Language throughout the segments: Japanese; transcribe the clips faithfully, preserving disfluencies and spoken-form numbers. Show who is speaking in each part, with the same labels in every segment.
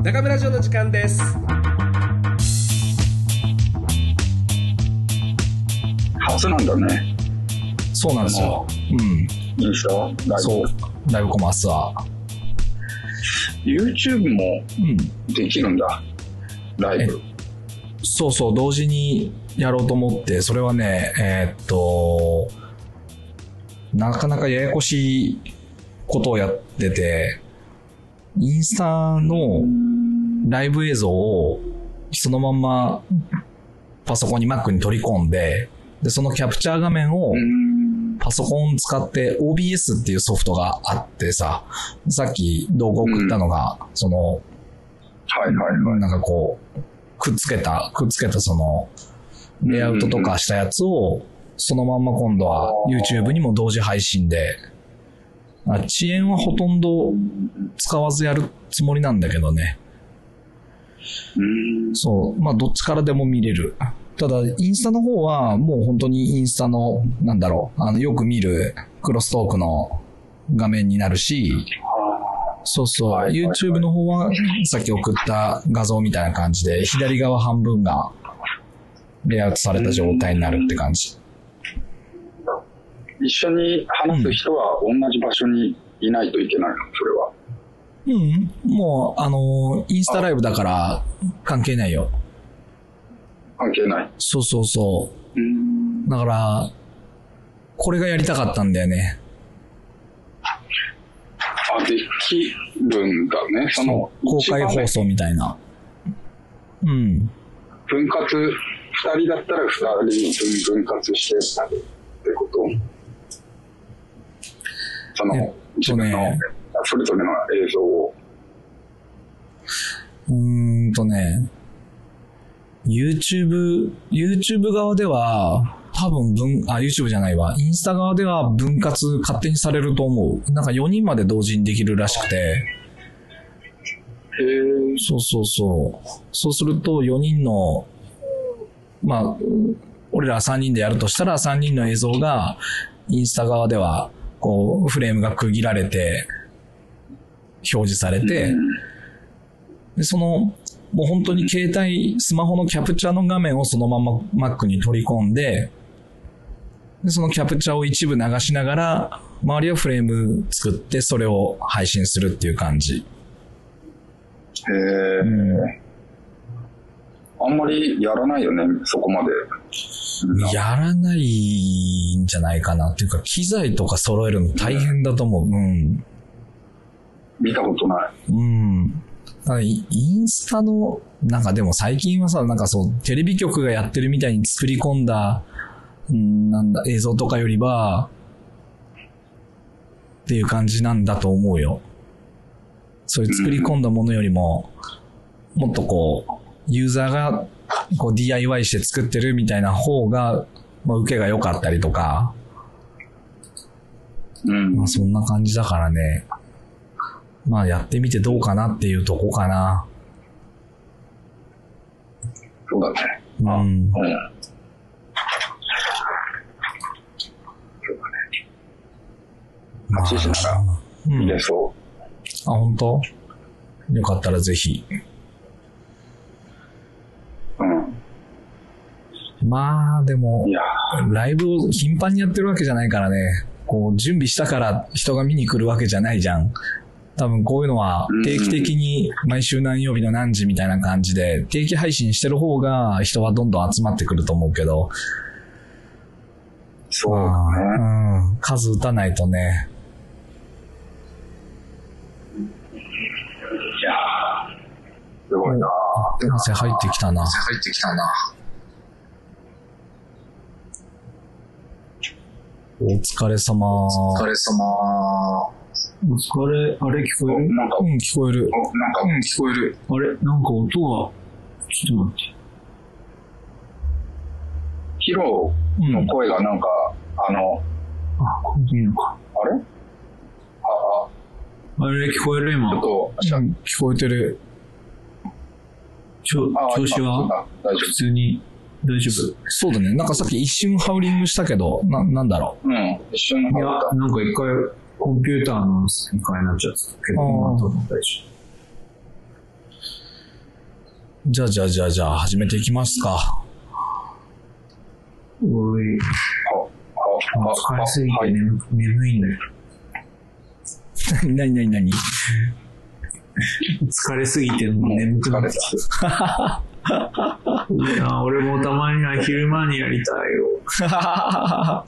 Speaker 1: 中村城の時間です。
Speaker 2: 初なんだね。
Speaker 3: そうなんですよ。うん。
Speaker 2: インスタライブ。
Speaker 3: そう。ライブコマースは。
Speaker 2: YouTube もできるんだ。うん、ライブ。
Speaker 3: そうそう、同時にやろうと思って、それはね、えー、っと、なかなかややこしいことをやってて、インスタのライブ映像をそのまんまパソコンに Mac に取り込んで、で、そのキャプチャー画面をパソコン使って オービーエス っていうソフトがあってさ、さっき動画送ったのが、うん、その、
Speaker 2: はいはいはい。
Speaker 3: なんかこう、くっつけた、くっつけたその、レイアウトとかしたやつを、そのまんま今度は YouTube にも同時配信で、遅延はほとんど使わずやるつもりなんだけどね。そう、まあどっちからでも見れる。ただ、インスタの方はもう本当にインスタの、なんだろう、あの、よく見るクロストークの画面になるし、そうそう、はいはいはい、YouTube の方はさっき送った画像みたいな感じで、左側半分がレイアウトされた状態になるって感じ。
Speaker 2: 一緒に話す人は同じ場所にいないといけないの、それは。
Speaker 3: うん、もう、あの、インスタライブだから関係ないよ。
Speaker 2: 関係ない。
Speaker 3: そうそうそう。
Speaker 2: うーん、
Speaker 3: だから、これがやりたかったんだよね。
Speaker 2: あ、できるんだね。その
Speaker 3: 公開放送みたいな。うん。
Speaker 2: 分割、二人だったら二人に分割してってこと？その、えっとね、自分のそれぞれの映像を。
Speaker 3: うーんとね、YouTube、YouTube 側では、多分分、あ、YouTube じゃないわ。インスタ側では分割勝手にされると思う。なんかよにんまで同時にできるらしくて。
Speaker 2: へー。
Speaker 3: そうそうそう。そうするとよにんの、まあ、俺らさんにんでやるとしたらさんにんの映像がインスタ側ではこうフレームが区切られて表示されて、うん、でそのもう本当に携帯スマホのキャプチャーの画面をそのまま Mac に取り込んで、でそのキャプチャーを一部流しながら周りをフレーム作ってそれを配信するっていう感じ。
Speaker 2: へー、うん、あんまりやらないよね、そこまで。
Speaker 3: やらないんじゃないかなっていうか、機材とか揃えるの大変だと思う。うん。
Speaker 2: 見たことない。
Speaker 3: うん。インスタの、なんかでも最近はさ、なんかそう、テレビ局がやってるみたいに作り込んだ、んなんだ、映像とかよりは、っていう感じなんだと思うよ。そういう作り込んだものよりも、もっとこう、ユーザーがこう ディーアイワイ して作ってるみたいな方が、まあ、受けが良かったりとか、
Speaker 2: うん、
Speaker 3: まあ、そんな感じだからね。まあやってみてどうかなっていうとこかな。
Speaker 2: そうだね。
Speaker 3: うん。うん、
Speaker 2: そうだね。はちじなら見れそう。
Speaker 3: うん、あ、本当？よかったらぜひ。
Speaker 2: うん。
Speaker 3: まあでもライブを頻繁にやってるわけじゃないからね。こう準備したから人が見に来るわけじゃないじゃん。多分こういうのは定期的に毎週何曜日の何時みたいな感じで定期配信してる方が人はどんどん集まってくると思うけど。
Speaker 2: そうだね。
Speaker 3: うん。数打たないとね。
Speaker 2: いやー、すごいなー。
Speaker 3: 汗入ってきたな。
Speaker 2: 汗入ってきたな。
Speaker 3: お疲れ様。
Speaker 2: お疲れ様。
Speaker 4: お疲れ、あれ聞こえる？
Speaker 2: なんか、
Speaker 3: うん、聞こえる。
Speaker 2: お、なんか、うん、聞こえる。
Speaker 4: あれなんか音が、ちょっと待って。
Speaker 2: ヒロの声がなんか、うん、あの、
Speaker 4: あ、これでいいのか。
Speaker 2: あれあ、
Speaker 4: あ。あれ聞こえる今。
Speaker 2: ちょっと、
Speaker 3: うん、聞こえてる。
Speaker 4: ちょ、調子は普通に大丈夫？
Speaker 3: そうだね。なんかさっき一瞬ハウリングしたけど、な、なんだろ
Speaker 2: う。うん、一瞬
Speaker 4: ハウリング。いや、なんか一回、コンピューターのスピーカーになっちゃったけど、今は多分大丈夫。
Speaker 3: じゃあじゃあじゃあじゃあ始めていきますか。
Speaker 4: おい。疲れすぎて眠、眠いんだよ。
Speaker 3: なになになに
Speaker 4: 疲れすぎて眠くなった。いや、俺もたまには昼間にやりたいよ。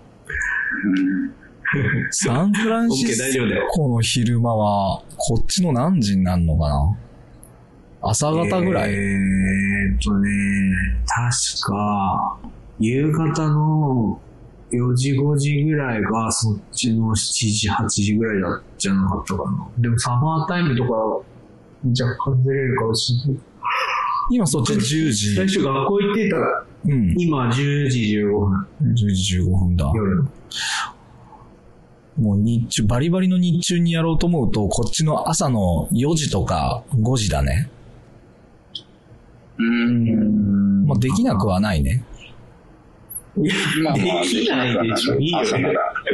Speaker 3: サンフランシスコの昼間はこっちの何時になるのかな。朝方ぐらい。
Speaker 4: えーっとね、確か夕方のよじごじぐらいがそっちのしちじはちじぐらいだじゃなかったかな。でもサマータイムとか若干ずれるかもしれない。
Speaker 3: 今そっちじゅうじ。
Speaker 4: 最初学校行ってたら、うん、今じゅうじじゅうごふん。
Speaker 3: じゅうじじゅうごふんだ。夜の。もう日中、バリバリの日中にやろうと思うと、こっちの朝のよじとかごじだね。
Speaker 2: うーん。
Speaker 3: まあできなくはないね。
Speaker 4: いや、まあまあ、できないでしょ。いいよね。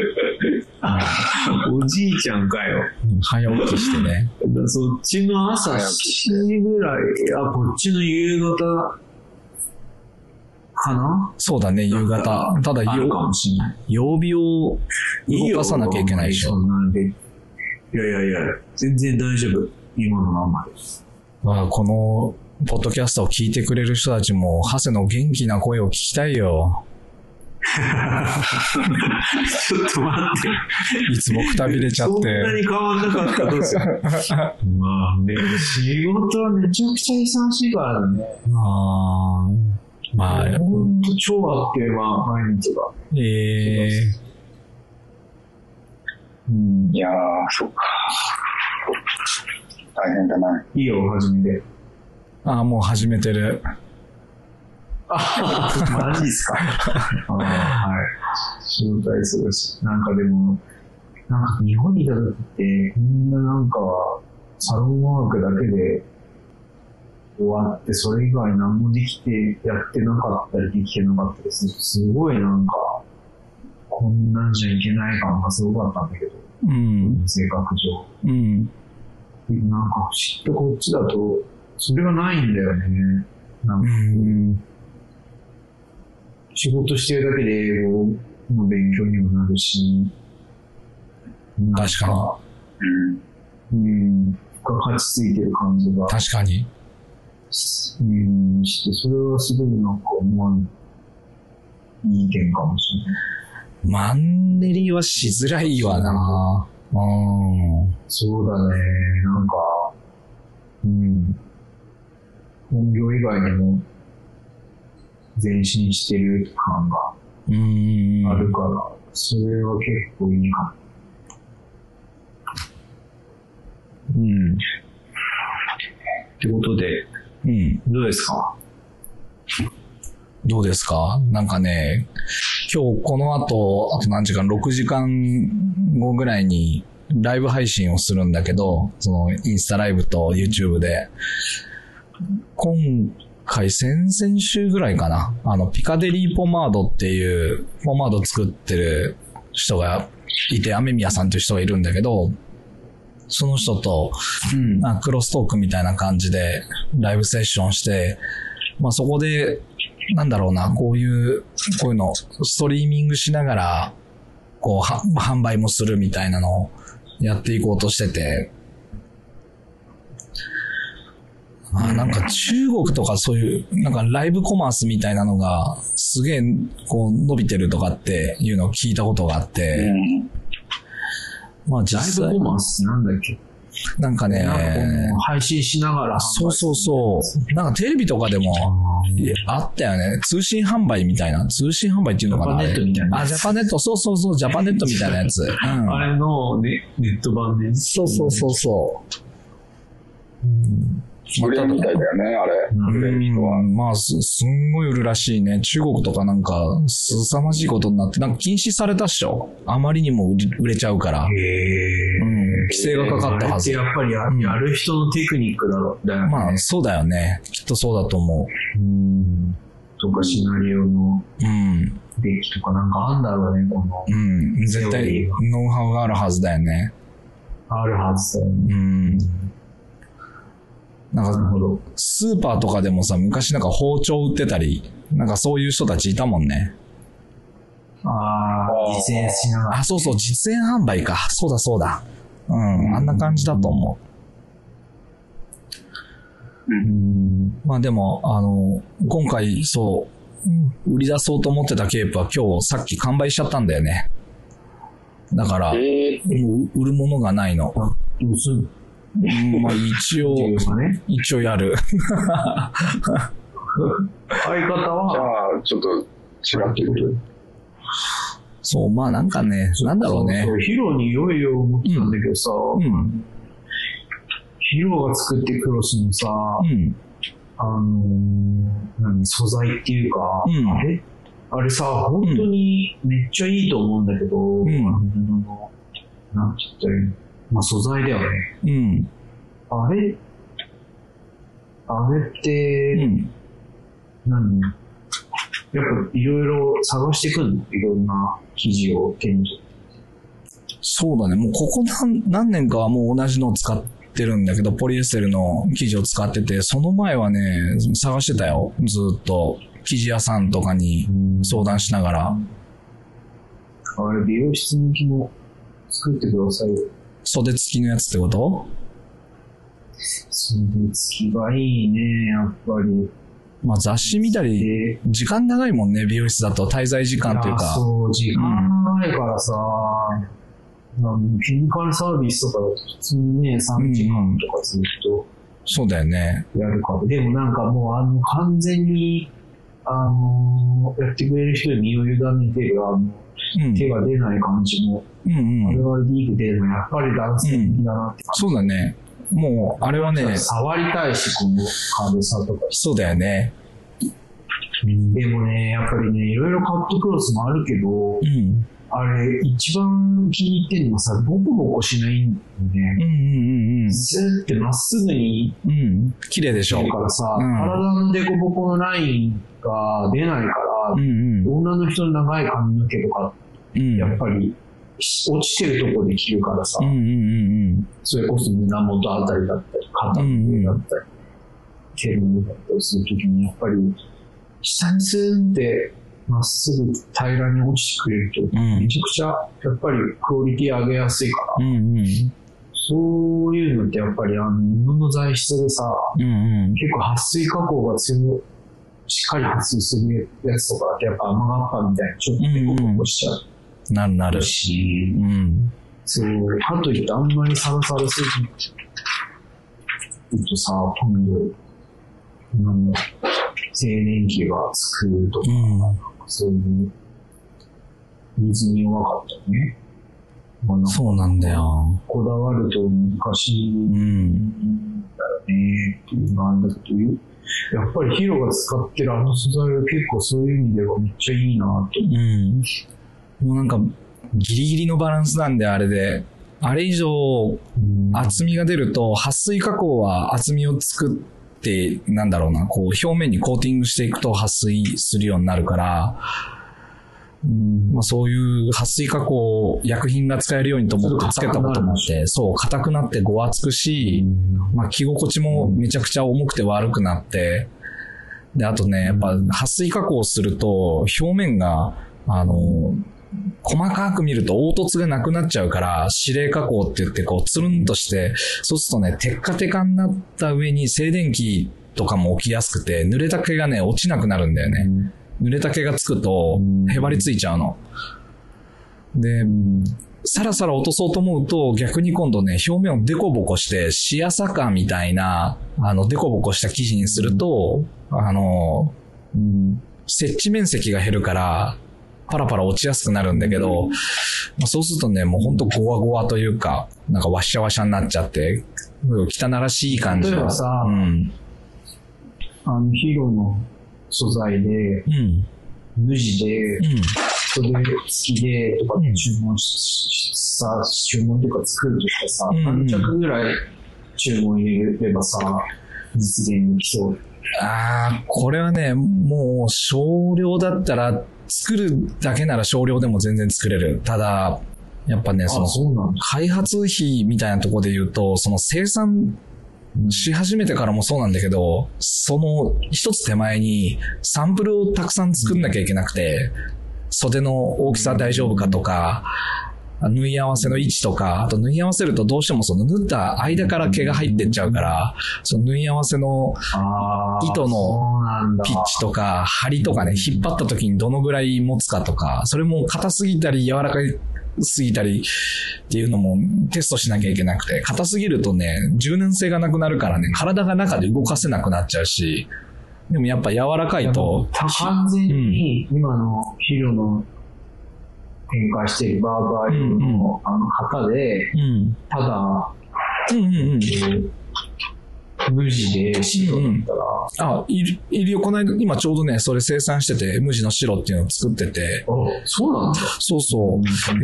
Speaker 4: おじいちゃんかよ。
Speaker 3: 早起きしてね。
Speaker 4: そっちの朝しちじぐらい、あ、こっちの夕方かな？
Speaker 3: そうだね、夕方。ただ、曜日を動かさなきゃいけないでしょ。
Speaker 4: いやいやいや、全然大丈夫。今のまんまです。
Speaker 3: まあ、この、ポッドキャストを聞いてくれる人たちも、ハセの元気な声を聞きたいよ。
Speaker 4: ちょっと待って。
Speaker 3: いつもくたびれちゃって。そん
Speaker 4: なに変わんなかったどうする。まあ、でも仕事はめちゃくちゃ忙しいからね。
Speaker 3: ああ。まあ、
Speaker 4: ほんと超あっという間、毎日が。
Speaker 3: ええ
Speaker 2: ー。うん、いやー、そっか。大変だな。
Speaker 4: いいよ、始めて。
Speaker 3: ああ、もう始めてる。
Speaker 4: あ、マジっすか。あ、はい。仕事は忙しい。なんかでも、なんか日本にいた時って、こんななんか、サロンワークだけで終わって、それ以外何もできて、やってなかったりできてなかったりする。すごいなんか、こんなんじゃいけない感がすごかったんだけど、
Speaker 3: うん、
Speaker 4: 性格上。
Speaker 3: うん。
Speaker 4: なんか、きっとこっちだと、それがないんだよね。なんか、うん仕事してるだけで英語の勉強にもなるし、
Speaker 3: 確か
Speaker 4: に。うん。付加価値ついてる感じが。
Speaker 3: 確かに。
Speaker 4: うん、して、それはすごいなんか思わん、いい意見かもしれない。
Speaker 3: マンネリはしづらいわな。うん。
Speaker 4: そうだね。なんか、うん。本業以外にも、前進してる感があるから、それは結構いいかも。うん。ってことで、
Speaker 3: うん。
Speaker 4: どうですか？
Speaker 3: どうですか？なんかね、今日この後、あと何時間、ろくじかんごぐらいにライブ配信をするんだけど、そのインスタライブと YouTube で、今回先々週ぐらいかな、あのピカデリーポマードっていうポマード作ってる人がいて、雨宮さんという人がいるんだけど、その人と、うん、クロストークみたいな感じでライブセッションして、まあそこでなんだろうな、こういうこういうのストリーミングしながらこうは販売もするみたいなのをやっていこうとしてて。あ、なんか中国とかそういうなんかライブコマースみたいなのがすげえこう伸びてるとかっていうのを聞いたことがあって、うん、まあ実際
Speaker 4: ライブコマースなんだっけ、
Speaker 3: なんかね、
Speaker 4: なんか配信しながら、
Speaker 3: そうそうそう、なんかテレビとかでもあったよね、通信販売みたいな、通信販売っていうのかな、
Speaker 4: ジャパネットみたいな、
Speaker 3: あ、ジャパネット、そうそうそう、ジャパネットみたいなやつ、うん、
Speaker 4: あれのネ、ネット版で、
Speaker 3: そうそうそうそう、うん
Speaker 2: 売れるみたいだよね、あれ。売れる人は。
Speaker 3: まあす、すんごい売るらしいね。中国とかなんか、凄まじいことになって、なんか禁止されたっしょ。あまりにも売れちゃうから。へ
Speaker 4: ー。
Speaker 3: うん。規制がかかったはず。
Speaker 4: やっぱり や,、うん、やる人のテクニックだろう。だよね。
Speaker 3: まあ、そうだよね。きっとそうだと思う。
Speaker 4: うん。とか、シナリオの。うん。デッキとかなんかあんだろうね、この。
Speaker 3: うん。絶対、ノウハウがあるはずだよね。
Speaker 4: あるはずだよね。
Speaker 3: うん。 なんか
Speaker 4: なるほど。
Speaker 3: スーパーとかでもさ、昔なんか包丁売ってたり、なんかそういう人たちいたもんね。
Speaker 4: ああ、実演しながら。
Speaker 3: あ、そうそう、実演販売か。そうだそうだ。うん、あんな感じだと思
Speaker 4: う。うん。
Speaker 3: う。まあでも、あの、今回、そう、売り出そうと思ってたケープは今日さっき完売しちゃったんだよね。だから、
Speaker 2: えー、
Speaker 3: もう売るものがないの。
Speaker 4: どうする？
Speaker 3: うん、まあ一応、
Speaker 4: ね、
Speaker 3: 一応やる。
Speaker 4: 相方は
Speaker 2: じゃあ、ちょっと違ってくる。
Speaker 3: そう、まあなんかね、なんだろうね。
Speaker 4: そうそう、ヒロに良いよ思ってたんだけどさ、
Speaker 3: うん。
Speaker 4: ヒロが作ってクロスのさ、
Speaker 3: うん。
Speaker 4: あのー、何、素材っていうか、
Speaker 3: うん、
Speaker 4: あれあれさ、本当にめっちゃいいと思うんだけど、
Speaker 3: うん、
Speaker 4: あのなんて言ったらいいの、まあ素材だよね。
Speaker 3: うん。
Speaker 4: あれあれって、
Speaker 3: うん、
Speaker 4: 何やっぱいろいろ探してくんの？いろんな生地を手に。
Speaker 3: そうだね。もうここ何、何年かはもう同じのを使ってるんだけど、ポリエステルの生地を使ってて、その前はね、探してたよ。ずっと。生地屋さんとかに相談しながら。
Speaker 4: あれ、美容室向きも作ってくださいよ。
Speaker 3: 袖付きのやつってこと？
Speaker 4: 袖付きがいいね、やっぱり。
Speaker 3: まあ雑誌見たり、時間長いもんね、美容室だと滞在時間というか。
Speaker 4: そう、時間長いからさ、うん、ケミカルサービスとかだと普通にね、さんじかんとかずっと、
Speaker 3: そうだよね。
Speaker 4: やるから。でもなんかもうあの完全に、あのー、やってくれる人に身を委ねてる、あの、うん、手が出ない感じも、うんうん、あれはリーグ出るのやっぱり男性的だなって感じ、うん。
Speaker 3: そうだね。もう、あれはね、
Speaker 4: 触りたいし、この軽さとか。
Speaker 3: そうだよね。
Speaker 4: でもね、やっぱりね、いろいろカットクロスもあるけど、うん、あれ、一番気に入ってるのはさ、ボコボコしないんだよね。うんうんうん。スーってまっすぐに、
Speaker 3: うん、綺麗でしょ。
Speaker 4: だからさ、うん、体のデコボコのラインが出ないから、うんうん、女の人の長い髪の毛とか、うん、やっぱり、落ちてるところで着るからさ、うんうんうん、それこそ胸元あたりだったり、肩の上だったり、手の上だったりするときに、やっぱり、下にスーンってまっすぐ平らに落ちてくれると、うん、めちゃくちゃやっぱりクオリティ上げやすいから、うんうん、そういうのってやっぱりあの布の材質でさ、うんうん、結構撥水加工が強い、しっかり撥水するやつとかってやっぱ雨がっぱみたいにちょっとデコボコしちゃう。うんうん、なるなるし、うん、そう、かといってあんまりサラサラすぎるとさ、今度、なんだ静電気がつくとか、うん、そういう水に弱かったね。まあ、そうなんだよ。こだわると難しいんだよねっていうのがあるんだけど、やっぱりヒロが使ってるあの素材は結構そういう意味ではめっちゃいいなと。うん。もうなんかギリギリのバランスなんであれで、あれ以上厚みが出ると撥水加工は厚みを作ってで、なんだろうな、こう表面にコーティングしていくと撥水するようになるから、うんまあ、そういう撥水加工薬品が使えるようにと思ってつけたこともあって、そう硬くなってごわつくし、まあ、着心地もめちゃくちゃ重くて悪くなって、であとねやっぱ撥水加工すると表面があの細かく見ると凹凸がなくなっちゃうから、指令加工って言ってこうつるんとして、そうするとね、テッカテカになった上に静電気とかも起きやすくて、濡れた毛がね、落ちなくなるんだよね。濡れた毛がつくと、へばりついちゃうの。で、さらさら落とそうと思うと、逆に今度ね、表面をデコボコして、シアサカみたいな、あの、デコボコした生地にすると、あの、接地面積が減るから、パラパラ落ちやすくなるんだけど、まあ、そうするとね、もうほんとゴワゴワというか、なんかワッシャワシャになっちゃって、汚らしい感じが。例えばさ、うん、あのヒーローの素材で、うん、無地で、うん、袖付きでとか注文し、さ、注文とか作るとしたらさ、何着ぐらい注文入れればさ、実現できそう？ああ、これはね、もう少量だったら、作るだけなら少量でも全然作れる。ただ、やっぱね、その、開発費みたいなところで言うと、その生産
Speaker 3: し始めてからもそうなんだけど、その一つ手前にサンプルをたくさん作んなきゃいけなくて、袖の大きさ大丈夫かとか、縫い合わせの位置とか、あと縫い合わせるとどうしてもその縫った間から毛が入ってっちゃうから、その縫い合わせの糸のピッチとか針とかね、引っ張った時にどのぐらい持つかとか、それも硬すぎたり柔らかすぎたりっていうのもテストしなきゃいけなくて、硬すぎるとね、柔軟性がなくなるからね、体が中で動かせなくなっちゃうし、でもやっぱ柔らかいと。
Speaker 4: 完全に今の肥料の展開しているバーバー用のあの型で、うん、ただ、うんうんうん、無地で白だったら、
Speaker 3: うんうん、あ、いる、いるよ。この間、今ちょうどね、それ生産してて、無地の白っていうのを作ってて。
Speaker 4: あ、そうなんだ。
Speaker 3: そうそう。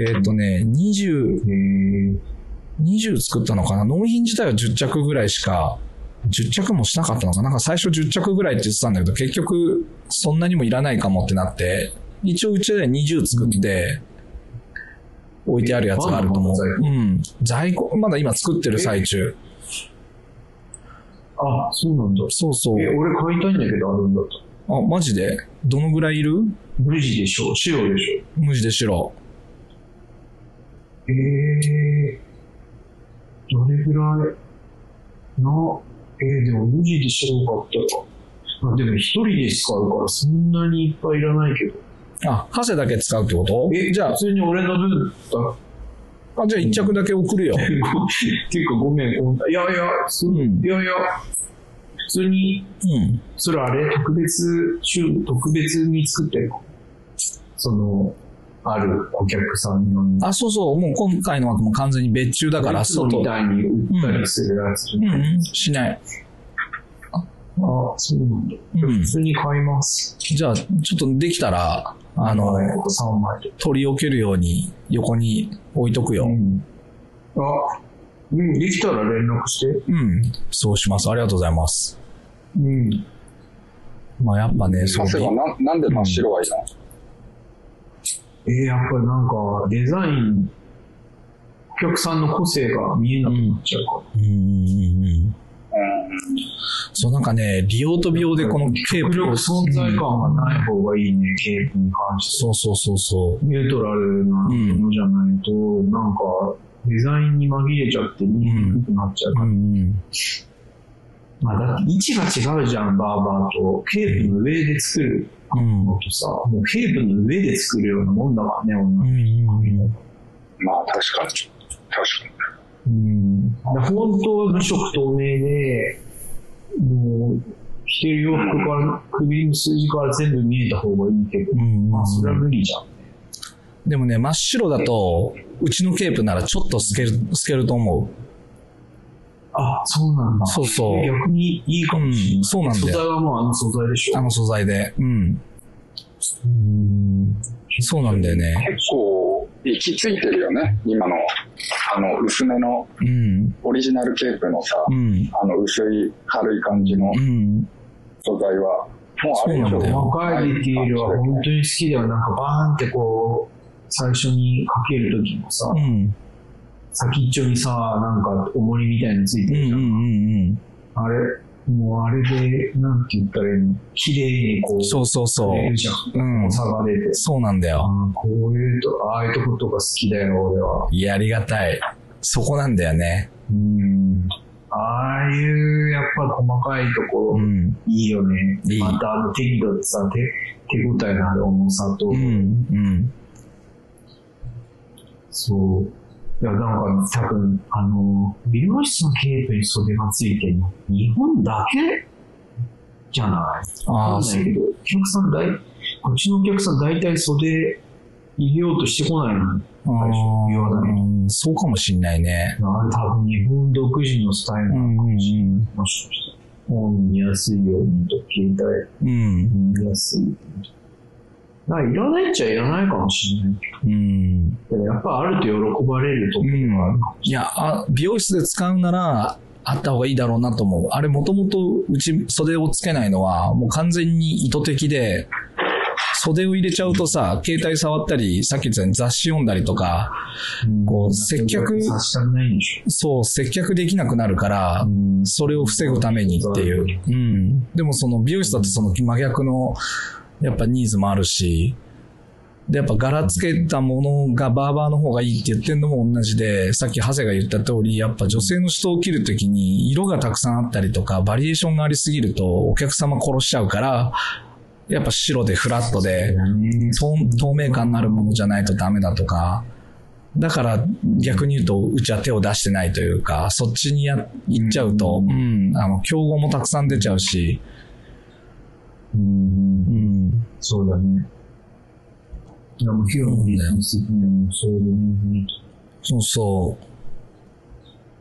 Speaker 3: えっとね、にじゅう、にじゅう作ったのかな。納品自体はじゅっ着ぐらいしか、じゅっ着もしなかったのかな。なんか最初じゅっ着ぐらいって言ってたんだけど、結局、そんなにもいらないかもってなって、一応うちでにじゅう作って、置いてあるやつがあると思う。うん。在庫、まだ今作ってる最中。
Speaker 4: あ、そうなんだ。
Speaker 3: そうそう。
Speaker 4: え、俺買いたいんだけどあるんだと。
Speaker 3: あ、マジで？どのぐらいいる？
Speaker 4: 無地でしょ？白でしょ？
Speaker 3: 無地で白。
Speaker 4: えー、どれぐらいな、えー、でも無地で白かったら、あ、でも一人で使うからそんなにいっぱいいらないけど。
Speaker 3: あ、ハセだけ使うってこと？
Speaker 4: え、じゃあ、普通に俺の分だ。
Speaker 3: あ、じゃあ一着だけ送るよ。
Speaker 4: っていうかごめん、いやいや、うん、いやいや、普通に、うん、それあれ特別、特別に作ってるの？その、あるお客さん用に。
Speaker 3: あ、そうそう、もう今回のはもう完全に別注だから、
Speaker 4: 外みたいに売ったりするやつじゃない？
Speaker 3: うん、うん、しない。
Speaker 4: あ、そうなんだ。うん、普通に買います。
Speaker 3: じゃあ、ちょっとできたら、あの、取り置けるように横に置いとくよ。うん、
Speaker 4: あ、うん、できたら連絡して。
Speaker 3: うん、そうします。ありがとうございます。
Speaker 4: うん。
Speaker 3: まあやっぱね、
Speaker 2: そう。な、なんで真っ白がいいの？
Speaker 4: うん、えー、やっぱりなんかデザイン、お客さんの個性が見えなくなっちゃうから。うんうんうん。
Speaker 3: そう、なんかね、利用と美容でこのケープ
Speaker 4: を存在感がない方がいいね、ケープに関して。
Speaker 3: そうそうそうそう。
Speaker 4: ニュートラルなものじゃないと、うん、なんかデザインに紛れちゃって見えにくくなっちゃうから。うんうん、まあだって位置が違うじゃん、バーバーと。ケープの上で作るのとさ、うん、もうケープの上で作るようなもんだからね、女の人、
Speaker 2: うんうん。まあ確かに。確か
Speaker 4: に。うん、本当は無色透明で、もう着てる洋服から首の筋から全部見えた方がいいけど、うん、まあそれは無理じゃんね。
Speaker 3: でもね、真っ白だとうちのケープならちょっと透ける透けると思う。
Speaker 4: あ、そうなんだ。
Speaker 3: そうそう。
Speaker 4: 逆にいいかもしれない。うん、そうなんだよ。素材はもうあの素材でしょ。
Speaker 3: あの素材で。うん。うん。そうなんだよね。
Speaker 2: 結構行き着いてるよね。今のあの薄めのオリジナルケープのさ、うん、あの薄い軽い感じの素材は、もうあれ以上
Speaker 4: 細かいディティールは本当に好きだよ。なんかバーンってこう最初にかける時もさ、うん、先っちょにさなんか重りみたいについてるじゃん。うんうんうん、あれもうあれでなんて言ったらいいの、綺麗にこう
Speaker 3: そうそうそう
Speaker 4: 出るじゃん。うん、差が出て。
Speaker 3: そうなんだよ。
Speaker 4: こういうとああいうとことか好きだよ俺は。
Speaker 3: いやありがたい。そこなんだよね。
Speaker 4: うん。ああいうやっぱ細かいところ、うん、いいよね。いい。またあの適度でさ手手応えのある重さと。うんうん。そう。いや、なんか多分、あの、美容室のケープに袖がついてるの、日本だけじゃない？わかんないけど、お客さん大、こっちのお客さん大体袖入れようとしてこないの。言わない。
Speaker 3: そうかもしんないね。
Speaker 4: あれ多分日本独自のスタイルなのかもしれない。うんうん、もしかしたら。本見やすいようにと、携帯見やすい。だからいらないっちゃいらないかもしれない。うん。でもやっぱあると喜ばれるところがあるかもしれない。
Speaker 3: いや、あ、美容室で使うなら、あった方がいいだろうなと思う。あれもともとうち袖をつけないのは、もう完全に意図的で、 袖を入れちゃうとさ、携帯触ったり、さっき言ったように雑誌読んだりとか、こう、接客、そう、接客できなくなるから、それを防ぐためにっていう。うん。でもその美容室だとその真逆の、やっぱニーズもあるし、で、やっぱ柄つけたものがバーバーの方がいいって言ってんのも同じで、さっき長谷が言った通り、やっぱ女性の人を切るときに色がたくさんあったりとか、バリエーションがありすぎるとお客様殺しちゃうから、やっぱ白でフラットで、透明感のあるものじゃないとダメだとか、だから逆に言うとうちは手を出してないというか、そっちにや行っちゃうと、うん、あの、競合もたくさん出ちゃうし、
Speaker 4: うん、うん、そうだね。いや、もうヒロのビジネス的にもそういう雰囲気。
Speaker 3: そうそう。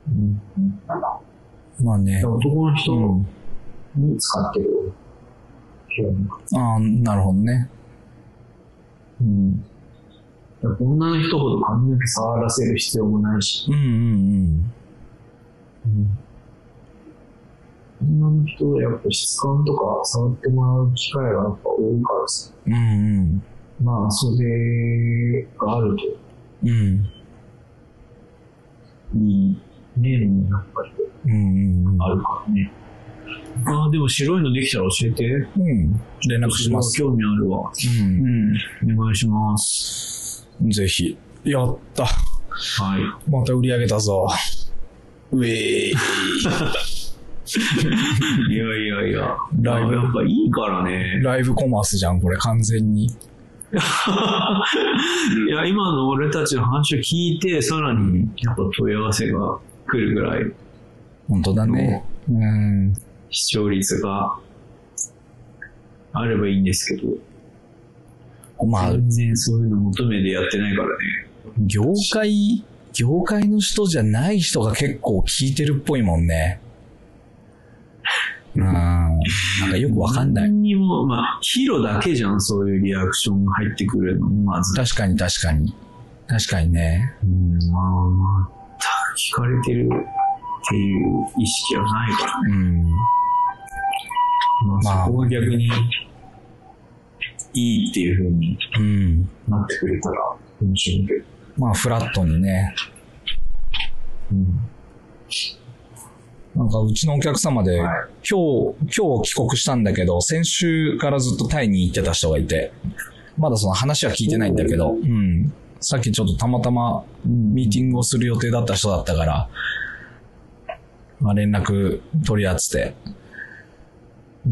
Speaker 4: うんうん、
Speaker 3: まあね。
Speaker 4: 男の人に使ってる。
Speaker 3: うん、ああ、なるほどね。
Speaker 4: うん。女の人ほど髪の毛触らせる必要もないし。
Speaker 3: うんうんうん。
Speaker 4: うん、女の人はやっぱ質感とか触ってもらう機会がやっぱ多いからさ。
Speaker 3: うんうん。
Speaker 4: まあ、袖があると。
Speaker 3: うん。
Speaker 4: いいね、やっぱり。
Speaker 3: うんうん。
Speaker 4: あるからね。ああ、でも白いのできたら教えて。
Speaker 3: うん。連絡します。
Speaker 4: 興味あるわ。
Speaker 3: うん。
Speaker 4: うん。お願いします。
Speaker 3: ぜひ。やった。
Speaker 4: はい。
Speaker 3: また売り上げたぞ。ウェーイ。
Speaker 4: いやいやいや。
Speaker 3: ライブ。
Speaker 4: やっぱいいからね。
Speaker 3: ライブコマースじゃん、これ完全に。
Speaker 4: いや、今の俺たちの話を聞いて、さらにやっぱ問い合わせが来るぐらい。
Speaker 3: 本当だね。うん。
Speaker 4: 視聴率があればいいんですけど。まあ、全然そういうの求めてやってないからね。
Speaker 3: 業界、業界の人じゃない人が結構聞いてるっぽいもんね。うん。なんかよくわかんない。
Speaker 4: 何にも、まあ、ヒロだけじゃん、そういうリアクションが入ってくるの、まず。
Speaker 3: 確かに確かに。確かにね。
Speaker 4: うん、まあ、聞かれてるっていう意識はないからね。うん。まあ、そこが逆にいいっていう風になってくれたら面白いけど。
Speaker 3: まあ、フラットにね。うん。なんかうちのお客様で、はい、今日、今日帰国したんだけど、先週からずっとタイに行ってた人がいて、まだその話は聞いてないんだけど、うん。さっきちょっとたまたまミーティングをする予定だった人だったから、まあ、連絡取り合ってて、うん、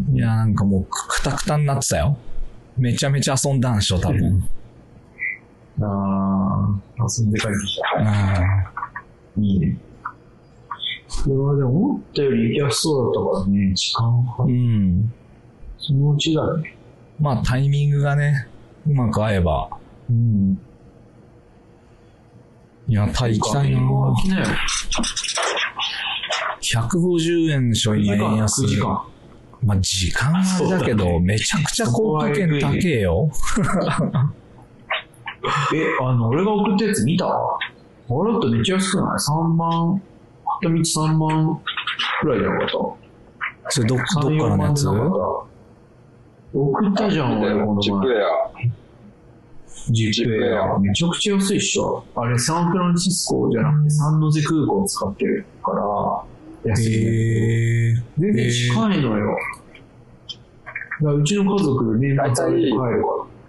Speaker 3: いや、なんかもうくたくたになってたよ。めちゃめちゃ遊んだんでしょ、多分。
Speaker 4: あー、遊んで帰ってきた。いいね。それはでも思ったより行きやすそうだったからね、時間が。うん。そのうちだね。
Speaker 3: まあタイミングがね、うまく合えば。うん。いや、タイ行きたいなぁ。ひゃくごじゅうえんでしょ、今円安。時間。まあ時間はあれだけど、めちゃくちゃ航空券高えよ。
Speaker 4: え、あの、俺が送ったやつ見た？あれだとめっちゃ安くない？ さん 万、片道さんまんくらいじゃなかった？
Speaker 3: それど、どっからのやつ？
Speaker 4: 送ったじゃん、俺、この前。ジップエア。ジップエア。めちゃくちゃ安いっしょ。あれ、サンフランシスコじゃなくて、サンノゼ空港を使ってるから、安い、ね。へー。全然近いのよ。だからうちの家族で年末に帰るから。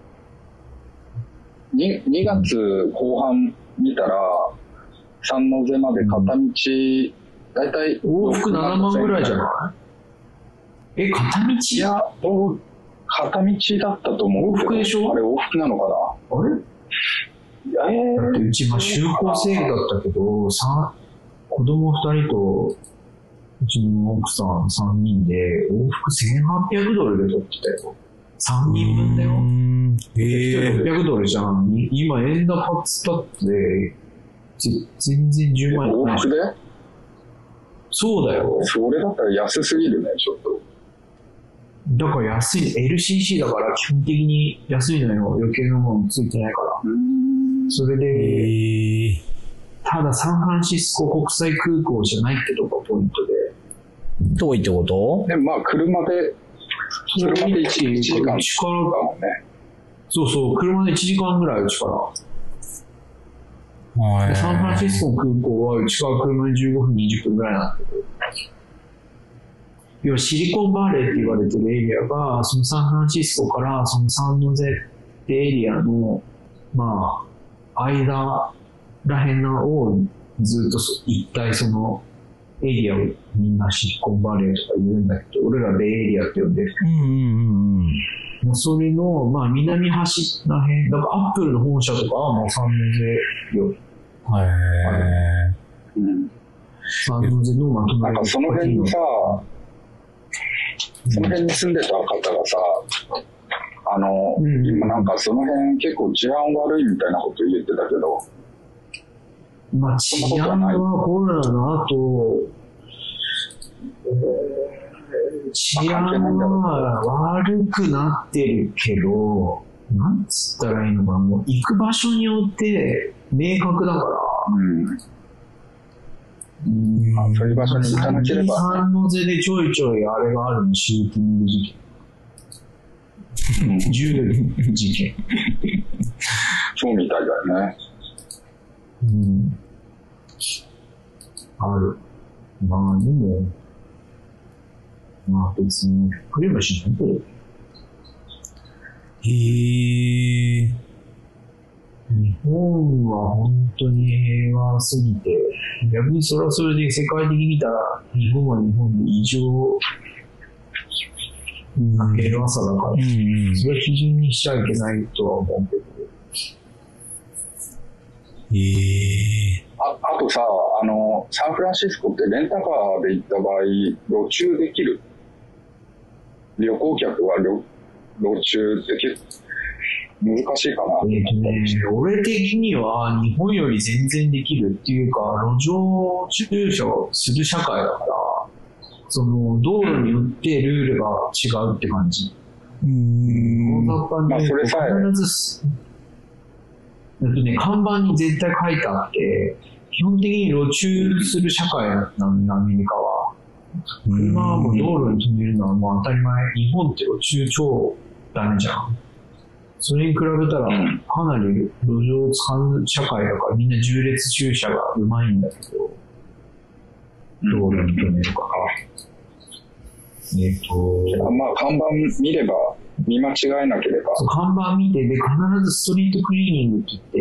Speaker 2: に, にがつこう半見たら、サンノゼまで片道、だいたい
Speaker 4: 往復ななまんぐらいじゃない？え、片道？
Speaker 2: いや、片道だったと思う。
Speaker 4: 往復でしょ？
Speaker 2: あれ往復なのかな？
Speaker 4: あれ？えー、だってうち、まあ、就航制だったけど、さ子供ふたりと、うちの奥さんさんにんで、往復せんはっぴゃくドルで取ってたよ。さんにんぶんだよ。えー、ろっぴゃくドルじゃん。今、円高つったって、全然じゅうまん円。
Speaker 2: 往復で？
Speaker 4: そうだよ。
Speaker 2: それだったら安すぎるね、ちょっと。
Speaker 4: だから安い。エルシーシー だから基本的に安いのよ。余計なものついてないから。それで、えー、ただサンフランシスコ国際空港じゃないってとこがポイントで。
Speaker 3: 遠いってこと？
Speaker 2: でもまあ車でそれまでいちじかん
Speaker 4: うちからだ
Speaker 2: もんね。
Speaker 4: そうそう、車でいちじかんぐらいうちから。でサンフランシスコの空港はうちから車でじゅうごふん、にじゅっぷんぐらいなんだけど、要はシリコンバレーって言われてるエリアが、そのサンフランシスコからそのサンノゼってエリアの、まあ、間らへんのをずっと一体そのエリアをみんなシリコンバレーとか言うんだけど、俺らベイエリアって呼んでる。うんうんうん。もうそれの、まあ、南端らへん、だからアップルの本社とかはもうサンノゼよ。
Speaker 3: へぇー。
Speaker 2: うん。
Speaker 4: サンノゼのまとめ
Speaker 2: なんかその辺のさ、その辺に住んでた方がさ、あの、うん、今なんかその辺結構治安悪いみたいなこと言ってたけど、
Speaker 4: まあ治安はコロナの後、えー、治安は悪くなってるけど、なんつったらいいのかな、もう行く場所によって明確だから、うん
Speaker 2: うん、あ、そういう場所に行かなければ。
Speaker 4: サンノゼでちょいちょいあれがあるの、シューティング事件。銃事件。
Speaker 2: そうみたいだよね。
Speaker 4: うん。ある。まあでも、まあ別に、くればしないけど。
Speaker 3: へぇー。
Speaker 4: 日本は本当に平和すぎて、逆にそれはそれで世界的に見たら、日本は日本で異常な平和さだから、うん、それは基準にしちゃいけないとは思うけど。
Speaker 3: えー、
Speaker 2: あ, あとさ、あの、サンフランシスコってレンタカーで行った場合、路駐できる。旅行客は 路, 路駐できる。難しいかな。
Speaker 4: えっとね、俺的には日本より全然できるっていうか、路上駐車をする社会だから、その道路によってルールが違うって感じ。
Speaker 3: うーん。
Speaker 2: まあそれさえ
Speaker 4: 必ず、えっとね、看板に絶対書いてあって、基本的に路駐する社会なんだ、アメリカは。車はもう道路に止めるのはもう当たり前。日本って路駐超ダメじゃん。それに比べたら、かなり路上を使う社会だからみんな縦列駐車がうまいんだけど、道路に止めるから。えっと、
Speaker 2: まあ看板見れば、見間違えなければ。
Speaker 4: そう、看板見て、で、必ずストリートクリーニングって言って、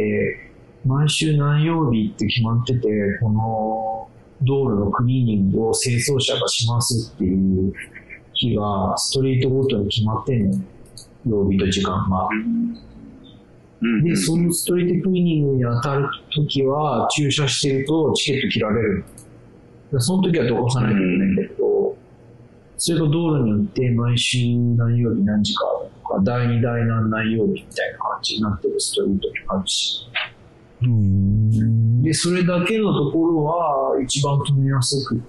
Speaker 4: 毎週何曜日って決まってて、この道路のクリーニングを清掃車がしますっていう日が、ストリートごとに決まってんのね。曜日と時間が。で、そのストリートクリーニングに当たるときは、駐車してるとチケット切られる。その時はどかさないといけないんだけど、それが道路によって毎週何曜日何時かとか、だいにだい何何曜日みたいな感じになってるストリートにあるし。
Speaker 3: うーん。
Speaker 4: で、それだけのところは一番止めやすくって、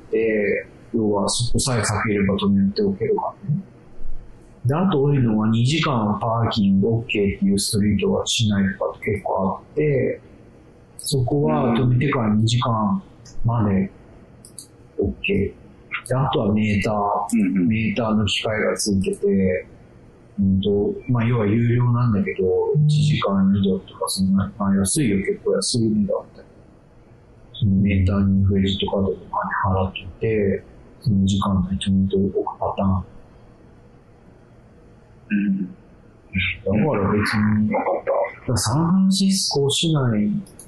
Speaker 4: 要はそこさえ避ければ止めておけるからね。で、あと多いのはにじかんパーキング OK っていうストリートはしないとかって結構あって、そこは止めてからにじかんまで OK。で、あとはメーター、うんうん、メーターの機械がついてて、うんと、まあ、要は有料なんだけど、いちじかんにドルとか、そんな、まあ、安いよ、結構安い値段だったり。そのメーターにクレジットカードとかに払ってて、その時間内止めておくパターン。うん。だから別に、分かった。サンフランシスコ市内、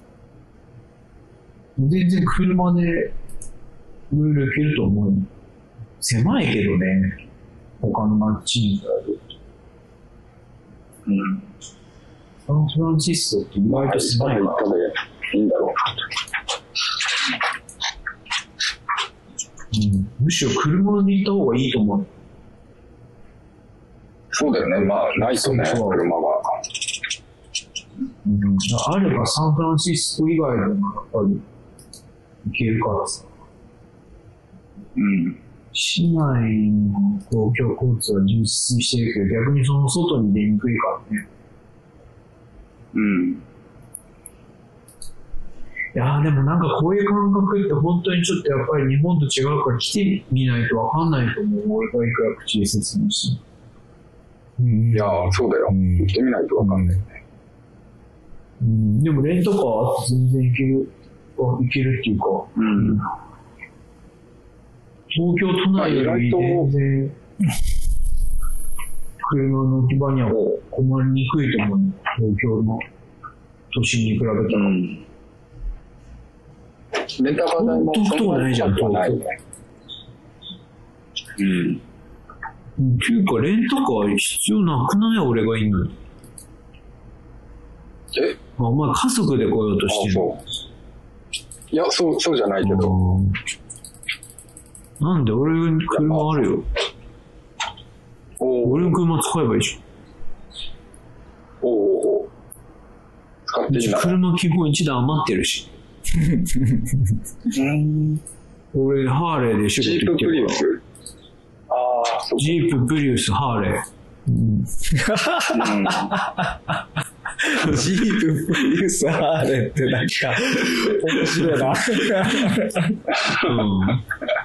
Speaker 4: 全然車で、いろいろ行けると思う。狭いけどね、他の街に比べると。うん。サンフランシスコって意外と狭いから。いいんだろう。うん。むしろ車で行った方がいいと思う。
Speaker 2: そうだよね。まあ、ないとね、車は。
Speaker 4: うん。あればサンフランシスコ以外でもやっぱり行けるからさ。うん。市内の公共交通は充実してるけど、逆にその外に出にくいからね。うん。いやーでもなんかこういう感覚って本当にちょっとやっぱり日本と違うから来てみないとわかんないと思う。俺がいくら口で説明して。
Speaker 2: いやー、そうだよ。行ってみないとわかんないよね。
Speaker 4: うん、でもレンタカー全然行ける、行けるっていうか、うん、東京都内より全然車の置き場には困りにくいと思う。東京の都心に比べたら。うん、
Speaker 2: レンタカー代も
Speaker 4: そんなないじゃん、東京。うん。っていうか、レンタカー必要なくない？俺がいいのに。
Speaker 2: え？
Speaker 4: あ、お前家族で来ようとしてる。
Speaker 2: そういや、そう、そうじゃないけど。
Speaker 4: なんで俺車あるよ。俺の車使えばいいじゃん。
Speaker 2: おおお。使っていいな。
Speaker 4: 車基本一台余ってるし。俺ハーレーで仕事行ってるから。
Speaker 2: ああ、そう。
Speaker 4: ジープ、プリウス、ハーレー。うん、
Speaker 3: ジープ、プリウス、ハーレーってなんか面白いな。うん、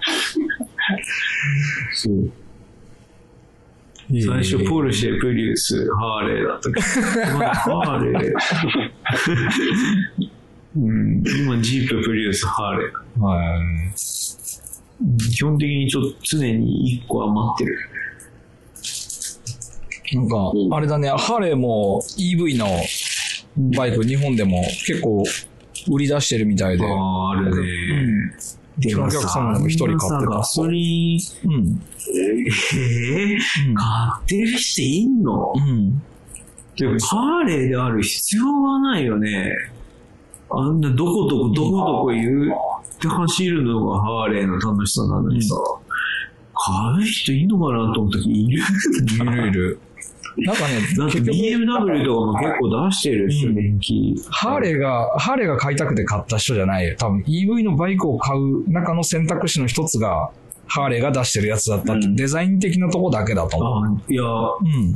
Speaker 4: そう。最初ポルシェ、プリウス、ハーレーだったけど、ハーレー。うん、今ジープ、プリウス、ハーレー。はい。基本的にちょっと常にいっこ余ってる。
Speaker 3: なんか、あれだね、ハーレーも イーブイ のバイク、日本でも結構売り出してるみたいで。
Speaker 4: ああ、あるね。
Speaker 3: うん。でもお客様でも一人買ってた。
Speaker 4: ガソリン、うん。えー、うん、買ってる人いんの？うん。でも、ハーレーである必要はないよね。あんなどこどこどこどこ言って走るのがハーレーの楽しさなのにさ、うん、買う人いいのかなと思った時いる
Speaker 3: いるいる。なんかね、
Speaker 4: だって ビーエムダブリュー とかも結構出してるでしょ、電気。
Speaker 3: ハーレーが、ハーレーが買いたくて買った人じゃないよ。多分 イーブイ のバイクを買う中の選択肢の一つが、ハーレーが出してるやつだったって、うん、デザイン的なとこだけだと思う。
Speaker 4: あ、いや、うん。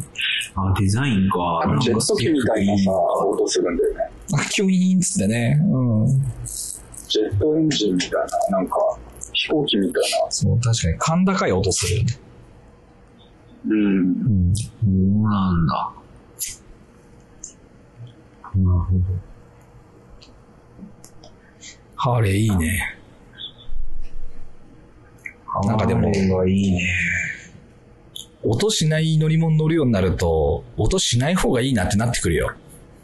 Speaker 4: あ、デザインか。
Speaker 2: あのジェット機みたいなさ、音するんだよね。
Speaker 3: キュイーンっつってね。うん。
Speaker 2: ジェットエンジンみたいな、なんか、飛行機みたいな。
Speaker 3: そう、確かに、甲高い音するよね。
Speaker 2: うん。うん。
Speaker 4: そうなんだ。なるほど。
Speaker 3: ハーレーいいね。なんかでも、
Speaker 4: ハーレーはいいね。
Speaker 3: 音しない乗り物乗るようになると、音しない方がいいなってなってくるよ。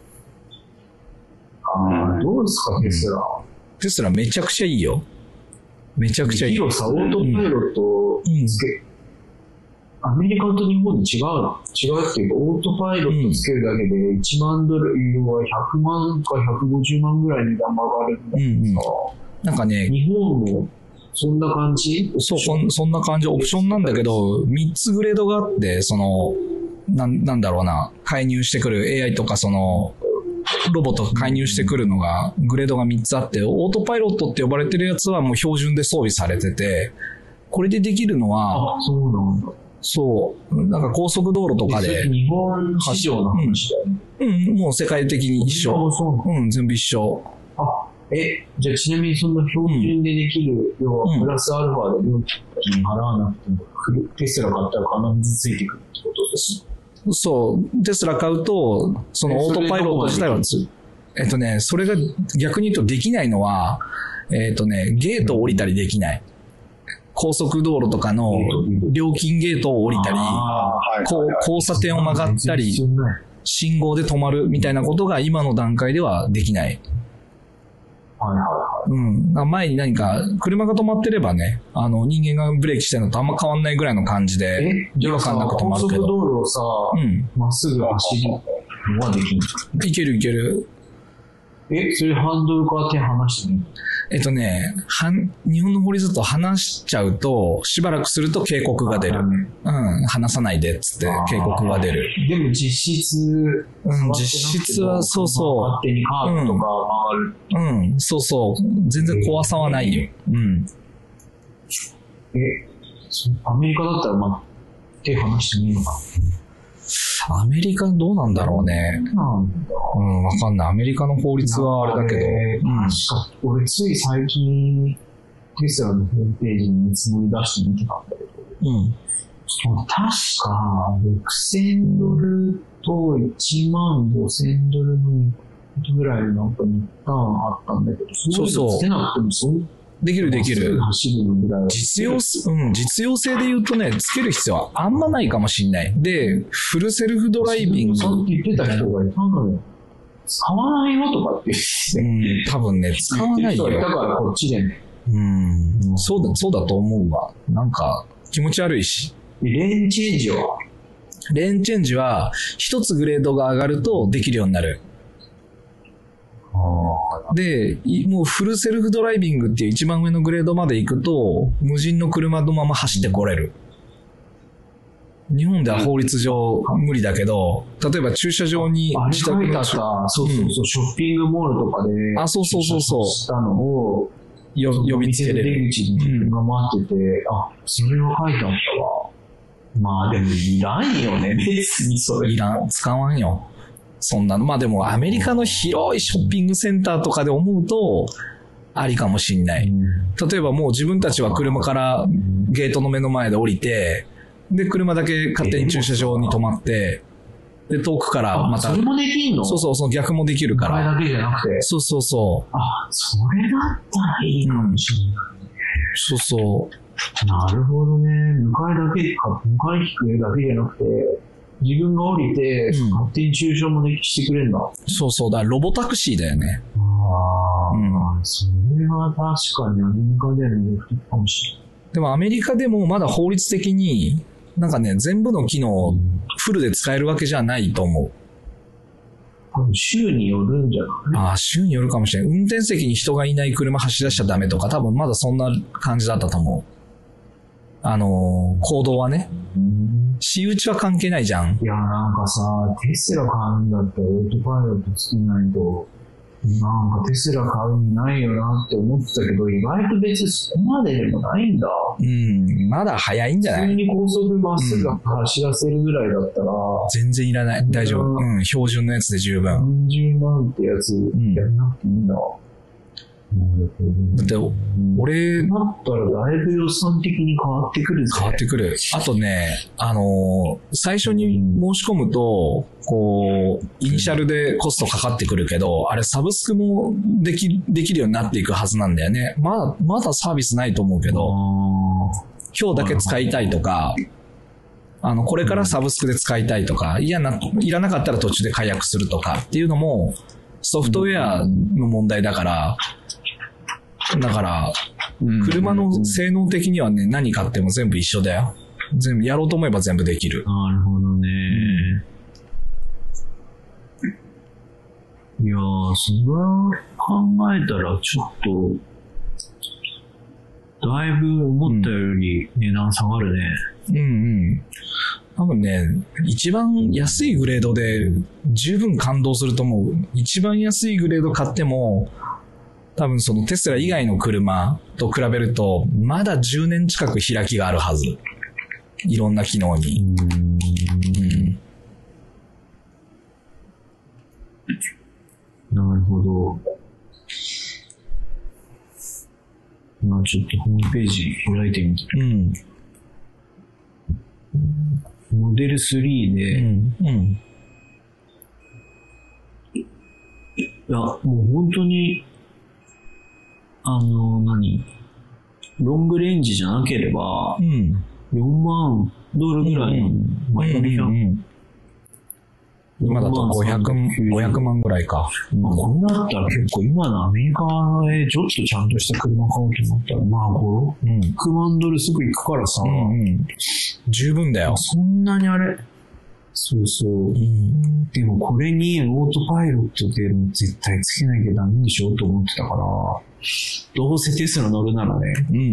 Speaker 4: ああ、どうですか、テスラ。
Speaker 3: テスラめちゃくちゃいいよ。めちゃくちゃいい。
Speaker 4: 広さ、オートパイロットつけ、うん、アメリカと日本で違うの違うっていうか、オートパイロットつけるだけでいちまんドル、要はひゃくまんかひゃくごじゅうまんぐらいに値段が上がるんだけどさ、うんうん、
Speaker 3: なんかね、
Speaker 4: 日本もそんな感じ？
Speaker 3: そう、そんな感じ、オプションなんだけど、みっつグレードがあって、その、な、なんだろうな、介入してくる エーアイ とかその、ロボットが介入してくるのが、グレードがみっつあって、オートパイロットって呼ばれてるやつはもう標準で装備されてて、これでできるのは、
Speaker 4: あ、そうなんだ。
Speaker 3: そう、なんか高速道路とかで。
Speaker 4: 日本市場の話だよね。
Speaker 3: うん、うん、もう世界的に一緒。うん、全部一緒。
Speaker 4: あ、え、じゃあちなみにそんな標準でできる、うん、要はプラスアルファで料金払わなくても、テスラ買ったら必ずついてくるってことです。
Speaker 3: そう、テスラ買うと、そのオートパイロット自体はつ、えっとね、それが逆に言うとできないのは、えっとね、ゲートを降りたりできない。高速道路とかの料金ゲートを降りたり、こう交差点を曲がったり、信号で止まるみたいなことが今の段階ではできない。
Speaker 4: はいはいはい。
Speaker 3: うん。前に何か、車が止まってればね、あの、人間がブレーキしてるのとあんま変わんないぐらいの感じで、違和感なく止まるけど。
Speaker 4: 高速道路をさ、うん。まっすぐ走るのはできる？
Speaker 3: いけるいける。
Speaker 4: え、それハンドルから手離してね。
Speaker 3: えっとね、はん、日本の法律だと離しちゃうと、しばらくすると警告が出る。うん、離さないでっつって警告が出る。
Speaker 4: でも実質、
Speaker 3: うん、実質はそうそう。
Speaker 4: 勝手にカーブとか曲
Speaker 3: がる。うん、うん、そうそう。全然怖さはないよ。うん。
Speaker 4: え、アメリカだったらまあ、手離してもいいのかな？
Speaker 3: アメリカどうなんだろうね。
Speaker 4: なんだ。
Speaker 3: うん、わかんない。アメリカの法律はあれだけど。
Speaker 4: うん、確か俺つい最近、テスラのホームページに見積もり出してみてたんだけど、うん、 確か、ろくせんドルといちまんごせんドルのぐらいなんか日韓あったんだけど、
Speaker 3: そうそう。
Speaker 4: つけなくてもそう
Speaker 3: できるできる。
Speaker 4: 走るのぐらい
Speaker 3: 実用、うん、実用性で言うとね、つける必要はあんまないかもしんない。で、フルセルフドライビング。
Speaker 4: さっき言ってた人がいたのよ。使わないよとかって言って
Speaker 3: うん、多分ね、使わないよ。
Speaker 4: だからこっちでね。
Speaker 3: うん、そうだ、そうだと思うわ。なんか、気持ち悪いし。
Speaker 4: レーンチェンジは
Speaker 3: レーンチェンジは、一つグレードが上がるとできるようになる。で、もうフルセルフドライビングっていう一番上のグレードまで行くと、無人の車のまま走ってこれる。日本では法律上無理だけど、例えば駐車場に
Speaker 4: 自宅にあった、そうそうそう、うん、ショッピングモールとかで、
Speaker 3: あ、そうそうそうそう。
Speaker 4: したのを、
Speaker 3: よ呼びつけれる。
Speaker 4: 出口に車待ってて、うん、あ、それは書いてあったわ。まあでもいらんよね、別にそれ。
Speaker 3: いらん、使わんよ。そんなの。まあでもアメリカの広いショッピングセンターとかで思うと、ありかもしんない。うん、例えばもう自分たちは車からゲートの目の前で降りて、で、車だけ勝手に駐車場に止まって、で、遠くからまた。
Speaker 4: それもできんの？
Speaker 3: そうそう、その逆もできるから。
Speaker 4: これだけじゃなくて。
Speaker 3: そうそうそう。
Speaker 4: あ、それだったらいいかもしれない、ね
Speaker 3: うん。そうそう。
Speaker 4: なるほどね。向かいだけか、向かい引くだけじゃなくて、自分が降りて、うん、勝手に駐車もできしてくれるんだ。
Speaker 3: そうそう、だからロボタクシーだよね。
Speaker 4: ああ、うん、それは確かにアメリカでのメリットかもしれない。
Speaker 3: でもアメリカでもまだ法律的に、なんかね、全部の機能フルで使えるわけじゃないと思う。
Speaker 4: 多分州によるんじゃない？
Speaker 3: ああ、州によるかもしれない。運転席に人がいない車走り出しちゃダメとか、多分まだそんな感じだったと思う。あのー、行動はね。私有地は関係ないじゃん。
Speaker 4: いや、なんかさ、テスラ買うんだったらオートパイロットつけないと、なんかテスラ買う意味ないよなって思ってたけど、意外と別にそこまででもないんだ。
Speaker 3: うん、まだ早いんじゃない？
Speaker 4: 普通に高速まっすぐ走らせるぐらいだったら、うん、
Speaker 3: 全然いらない。大丈夫。うん、標準のやつで十分。
Speaker 4: さんじゅうまんってやつやんなくていいんだ。
Speaker 3: だって、俺、
Speaker 4: だったらだいぶ予算的に変わってくるぜ。
Speaker 3: 変わってくる。あとね、あのー、最初に申し込むと、こう、イニシャルでコストかかってくるけど、あれサブスクもでき、できるようになっていくはずなんだよね。まだ、まだサービスないと思うけど、今日だけ使いたいとか、あの、これからサブスクで使いたいとか、いやな、いらなかったら途中で解約するとかっていうのも、ソフトウェアの問題だから、だから、車の性能的にはね、何買っても全部一緒だよ。全部、やろうと思えば全部できる。
Speaker 4: なるほどね。いやー、それ考えたらちょっと、だいぶ思ったより値段下がるね。
Speaker 3: うんうん。多分ね、一番安いグレードで十分感動すると思う。一番安いグレード買っても、多分そのテスラ以外の車と比べると、まだじゅうねん近く開きがあるはず。いろんな機能に。うん、
Speaker 4: なるほど。まあちょっとホームページ開いてみて。
Speaker 3: うん。
Speaker 4: モデルスリーで、
Speaker 3: うんうん、
Speaker 4: いや、もう本当に、あの、何ロングレンジじゃなければ、
Speaker 3: うん、
Speaker 4: よんまんドルぐらいの前乗りじゃん。
Speaker 3: 今だとごひゃくまんぐらいか。
Speaker 4: まあ、これだったら結構今のアメリカでちょっとちゃんとした車買おうと思ったら、まあご、ろくまんドルすぐ行くからさ、
Speaker 3: うんうん、十分だよ。
Speaker 4: そんなにあれそうそう、うん。でもこれにオートパイロットで絶対つけなきゃダメでしょと思ってたから、どうせテスラ乗るならね。
Speaker 3: うんうん。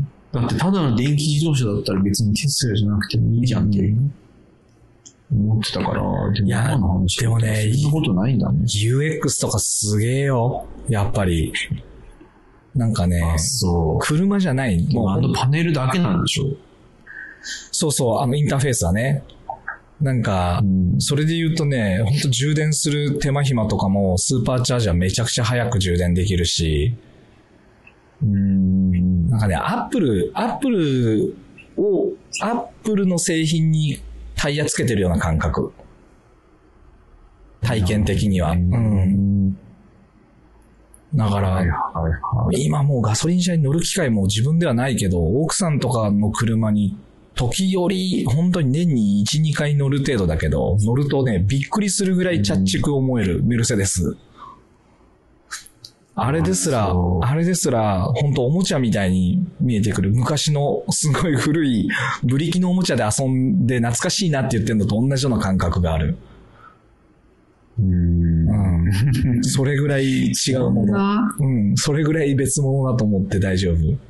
Speaker 4: だってただの電気自動車だったら別にテスラじゃなくてもいいじゃんって思ってたから。
Speaker 3: でもいや、でもね、
Speaker 4: そんなことないんだね。
Speaker 3: ユーエックス とかすげえよ。やっぱり。なんかね、
Speaker 4: そう
Speaker 3: 車じゃない。
Speaker 4: もうあのパネルだけなんでしょ。
Speaker 3: そうそう、あのインターフェースはね。なんか、うん、それで言うとね、ほんと充電する手間暇とかもスーパーチャージャーめちゃくちゃ早く充電できるし、
Speaker 4: うーん
Speaker 3: なんかね、アップル、アップルをアップルの製品にタイヤつけてるような感覚。体験的には。うん。だから、はいはいはい、今もうガソリン車に乗る機会も自分ではないけど、奥さんとかの車に時折本当に年にいち、にかい乗る程度だけど、乗るとね、びっくりするぐらいチャッチく思えるメルセデス。あれですら、あれですら、本当おもちゃみたいに見えてくる。昔のすごい古いブリキのおもちゃで遊んで懐かしいなって言ってるのと同じような感覚がある。うーん、うん、それぐらい違うもの。うん、それぐらい別物だと思って大丈夫。い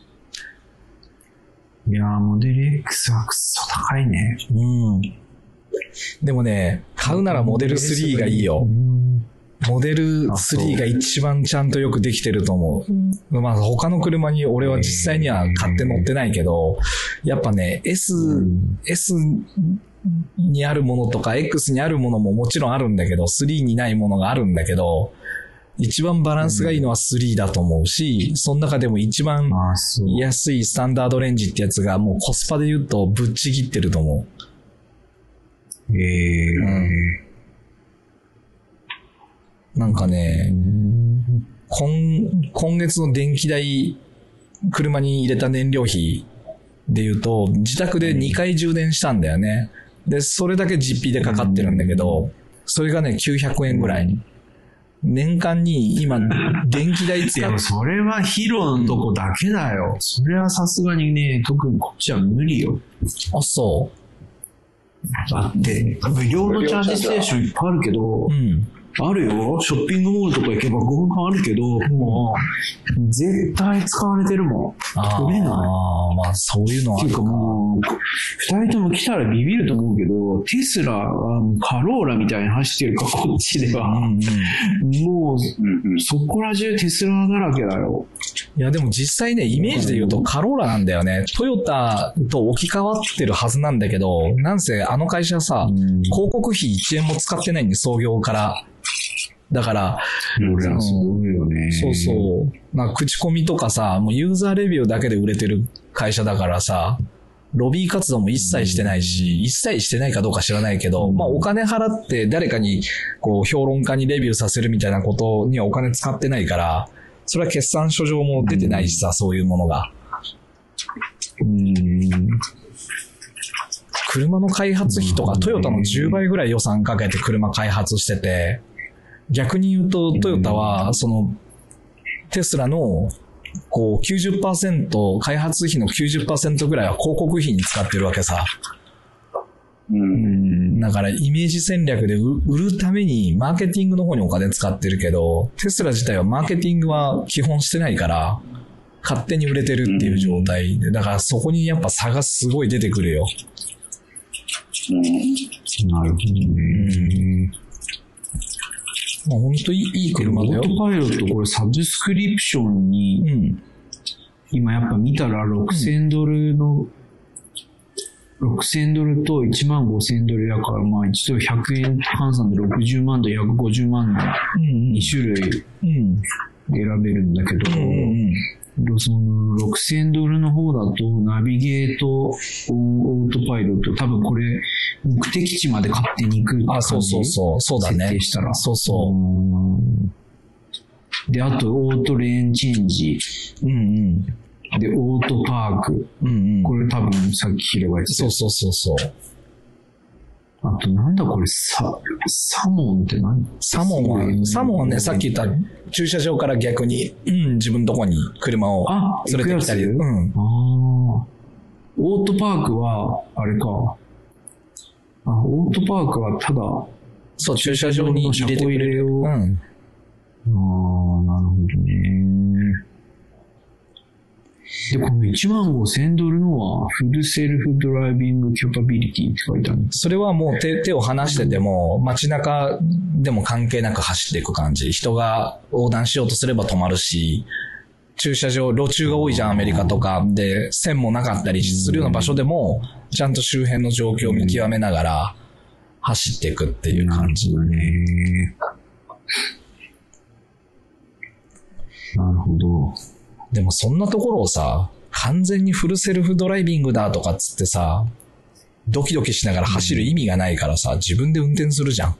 Speaker 4: やー、モデル X はくっそ高いね。
Speaker 3: うん。でもね、買うならモデルスリーがいいよ。うんモデルスリーが一番ちゃんとよくできてると思う。まあ他の車に俺は実際には買って乗ってないけど、やっぱね、S、S にあるものとか X にあるものももちろんあるんだけど、スリーにないものがあるんだけど、一番バランスがいいのはスリーだと思うし、その中でも一番安いスタンダードレンジってやつがもうコスパで言うとぶっちぎってると思う。へー。うんなんかね、今、今月の電気代、車に入れた燃料費で言うと、自宅でにかい充電したんだよね。で、それだけ実費でかかってるんだけど、それがね、きゅうひゃくえんぐらい。年間に今、電気代使って。
Speaker 4: でもそれはヒロのとこだけだよ。それはさすがにね、特にこっちは無理よ。
Speaker 3: あ、そう
Speaker 4: だって、無料のチャージステーションいっぱいあるけど、うんあるよ。ショッピングモールとか行けばごふんかんあるけど、もう、絶対使われてるもん。取れない。あ
Speaker 3: あ、まあそういうのはあるか。
Speaker 4: っていうかもう、二人とも来たらビビると思うけど、テスラはカローラみたいに走ってるか、こっちでは。うんうん、もう、そこら中テスラだらけだよ。
Speaker 3: いやでも実際ね、イメージで言うとカローラなんだよね。トヨタと置き換わってるはずなんだけど、なんせあの会社さ、うん、広告費いちえんも使ってないんで、創業から。だから、
Speaker 4: 俺はすごいよね。
Speaker 3: そうそう。なんか口コミとかさ、もうユーザーレビューだけで売れてる会社だからさ、ロビー活動も一切してないし、一切してないかどうか知らないけど、まあお金払って誰かに、こう、評論家にレビューさせるみたいなことにはお金使ってないから、それは決算書上も出てないしさ、そういうものが。うーん。車の開発費とかトヨタのじゅうばいぐらい予算かけて車開発してて、逆に言うとトヨタはそのテスラのこう きゅうじゅっパーセント 開発費の きゅうじゅっパーセント ぐらいは広告費に使ってるわけさ。うん、だからイメージ戦略で売るためにマーケティングの方にお金使ってるけど、テスラ自体はマーケティングは基本してないから勝手に売れてるっていう状態で、だからそこにやっぱ差がすごい出てくるよ。
Speaker 4: うん、なるほどね。
Speaker 3: まあ、本当にいい車だよ。
Speaker 4: オートパイロットこれサブスクリプションに、うん、今やっぱ見たらろくせんドルの、うん、ろくせんドルといちまんごせんドルだから、まあ一度ひゃくえん換算でろくじゅうまんとひゃくごじゅうまんのに種類選べるんだけど、うんうんそのろくせんドルの方だとナビゲートオートパイロット多分これ目的地まで勝手に行く感じ。
Speaker 3: あ、そうそうそう。そうだね。
Speaker 4: 設定したら。
Speaker 3: そうそう。
Speaker 4: で、あとオートレーンチェンジ。うんうん。で、オートパーク。うんうん。これ多分さっき広がってた。
Speaker 3: そうそうそうそう。
Speaker 4: あとなんだこれ、サ、サモンって何？
Speaker 3: サモンは、サモンはね、さっき言った駐車場から逆に、うん、自分のとこに車を連れてきたり。うん。ああ。
Speaker 4: オートパークは、あれか。あ、オートパークはただ、
Speaker 3: そう、駐車場に入れてくれる。うん。ああ、なる
Speaker 4: ほどね。で、このいちまんごせんドルのは、フルセルフドライビングキャパビリティって書いてある。
Speaker 3: それはもう手、手を離してても、街中でも関係なく走っていく感じ。人が横断しようとすれば止まるし、駐車場、路駐が多いじゃん、アメリカとか。で、線もなかったりするような場所でも、ちゃんと周辺の状況を見極めながら走っていくっていう感じ。なる
Speaker 4: ほど。
Speaker 3: でもそんなところをさ、 完全にフルセルフドライビングだとかっつってさ、ドキドキしながら走る意味がないからさ、自分で運転するじゃん。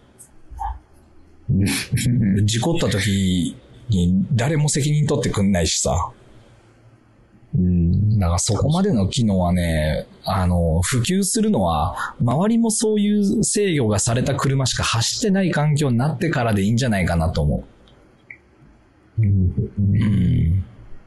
Speaker 3: 事故った時に誰も責任取ってくんないしさ。うん、だからそこまでの機能はね、あの、普及するのは、周りもそういう制御がされた車しか走ってない環境になってからでいいんじゃないかなと思う。うん。うん、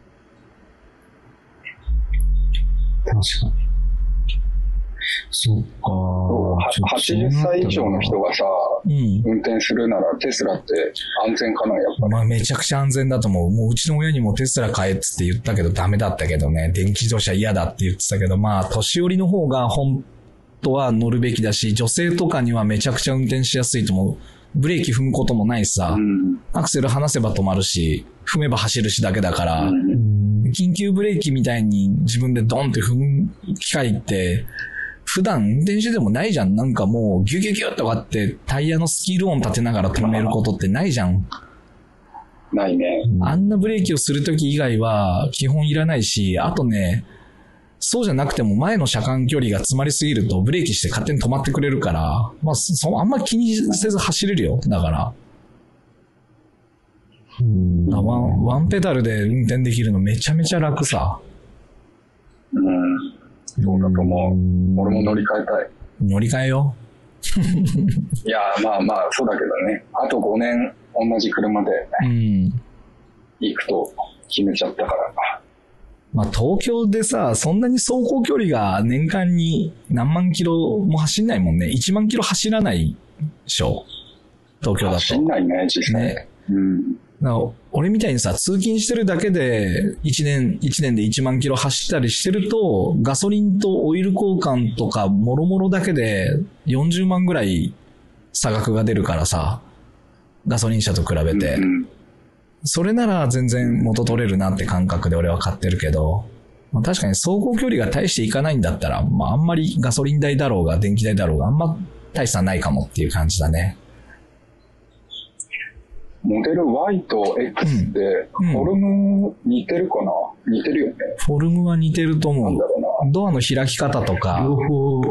Speaker 4: 確かに。そっか。
Speaker 2: はちじゅっさい以上の人がさ、うん、運転するならテスラって安全かな、やっぱり。
Speaker 3: まあめちゃくちゃ安全だと思う。もううちの親にもテスラ買えっつって言ったけどダメだったけどね。電気自動車嫌だって言ってたけど、まあ年寄りの方が本当は乗るべきだし、女性とかにはめちゃくちゃ運転しやすいと思う。ブレーキ踏むこともないしさ、うん、アクセル離せば止まるし、踏めば走るしだけだから、うん、緊急ブレーキみたいに自分でドンって踏む機械って、普段運転してでもないじゃん。なんかもうギュギュギュッとかってタイヤのスキール音立てながら止めることってないじゃん。
Speaker 2: ないね。
Speaker 3: あんなブレーキをするとき以外は基本いらないし、あとね、そうじゃなくても前の車間距離が詰まりすぎるとブレーキして勝手に止まってくれるから、まあそあんま気にせず走れるよ。だから。うんワン、ワンペダルで運転できるのめちゃめちゃ楽さ。
Speaker 2: うん。そうだと思う。俺も乗り換えたい。
Speaker 3: 乗り換えよう。
Speaker 2: いや、まあまあ、そうだけどね。あとごねん同じ車で行くと決めちゃったから。
Speaker 3: まあ東京でさ、そんなに走行距離が年間に何万キロも走んないもんね。いちまんキロ走らないでしょ。東京だと。
Speaker 2: 走んないね、実際。ね。うん
Speaker 3: 俺みたいにさ、通勤してるだけで1年、一年でいちまんキロ走ったりしてると、ガソリンとオイル交換とかもろもろだけでよんじゅうまんぐらい差額が出るからさ、ガソリン車と比べて。うんうん、それなら全然元取れるなって感覚で俺は買ってるけど、まあ、確かに走行距離が大していかないんだったら、まああんまりガソリン代だろうが電気代だろうがあんま大差ないかもっていう感じだね。
Speaker 2: モデル Y と X ってフォルム似てるかな、うん、似てるよね。
Speaker 3: フォルムは似てると思う。なんだろうな。ドアの開き方とか。
Speaker 4: 両方、うん、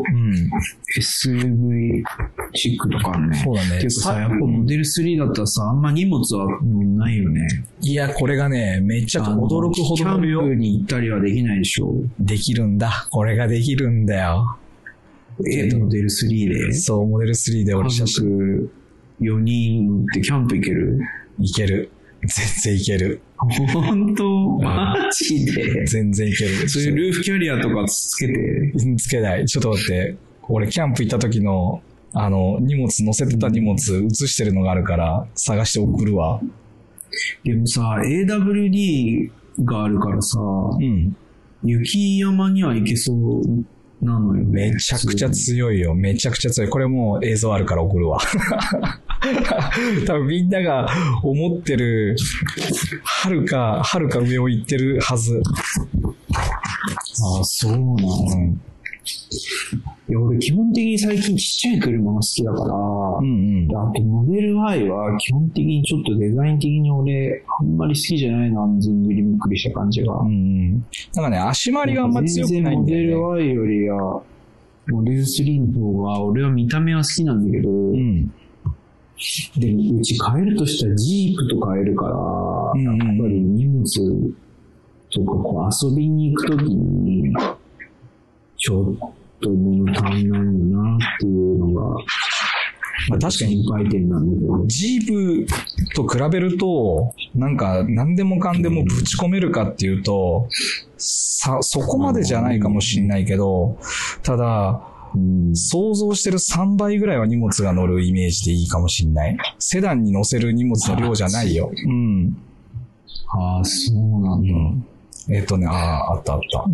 Speaker 4: エスユーブイ チックとかあるね。
Speaker 3: そうだね。
Speaker 4: ていうかさ、やっぱモデルスリーだったらさ、あんま荷物はもうないよね。
Speaker 3: いや、これがね、めっちゃ驚くほど乗るよ。
Speaker 4: キャンプに行ったりはできないでしょ。
Speaker 3: できるんだ。これができるんだよ。
Speaker 4: えー、モデルスリーで
Speaker 3: そう、モデルスリーで俺写真。
Speaker 4: よにんでキャンプ行ける？
Speaker 3: 行ける。全然行ける。
Speaker 4: 本当？マジで？
Speaker 3: 全然行ける。
Speaker 4: そういうルーフキャリアとかつけて？
Speaker 3: つけない。ちょっと待って。俺キャンプ行った時の、あの、荷物、乗せてた荷物移してるのがあるから探して送るわ。
Speaker 4: でもさ、エーダブリューディー があるからさ、うん、雪山には行けそうなのよね。
Speaker 3: めちゃくちゃ強いよ。めちゃくちゃ強い。これもう映像あるから送るわ。多分みんなが思ってる、はるか、はるか上を行ってるはず。
Speaker 4: ああ、そうなの、うん。いや、俺基本的に最近ちっちゃい車が好きだから、うんうん、あとモデル Y は基本的にちょっとデザイン的に俺あんまり好きじゃないな、ずんぐりむっくりした感じが。うんうん、
Speaker 3: なんかね、足回りがあんま強くないんだよね。
Speaker 4: 全然モデル Y よりは、モデルスリーの方が俺は見た目は好きなんだけど、うん、で、うち買えるとしたらジープと買えるから、うんうん、やっぱり荷物とかこう遊びに行くときに、ちょっと物足りないなっていうのが、
Speaker 3: まあ、確かに
Speaker 4: 心配点なんだけど、
Speaker 3: ジープと比べるとなんか何でもかんでもぶち込めるかっていうと、さそこまでじゃないかもしれないけど、ただ、うん、想像してるさんばいぐらいは荷物が乗るイメージでいいかもしれない。セダンに乗せる荷物の量じゃないよ。うん。
Speaker 4: ああ、そうなんだ。うん
Speaker 3: えっとね、ああ、あったあった。うん、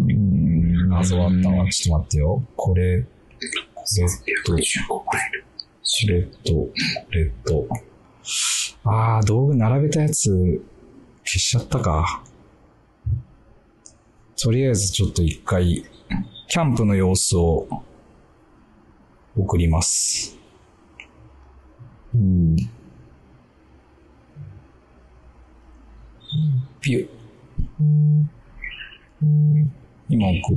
Speaker 3: 謎あったわ。ちょっと待ってよ。これ、レッド、レッド、レッド。ああ、道具並べたやつ、消しちゃったか。とりあえずちょっと一回、キャンプの様子を送ります。うん。ピュ。 今送った。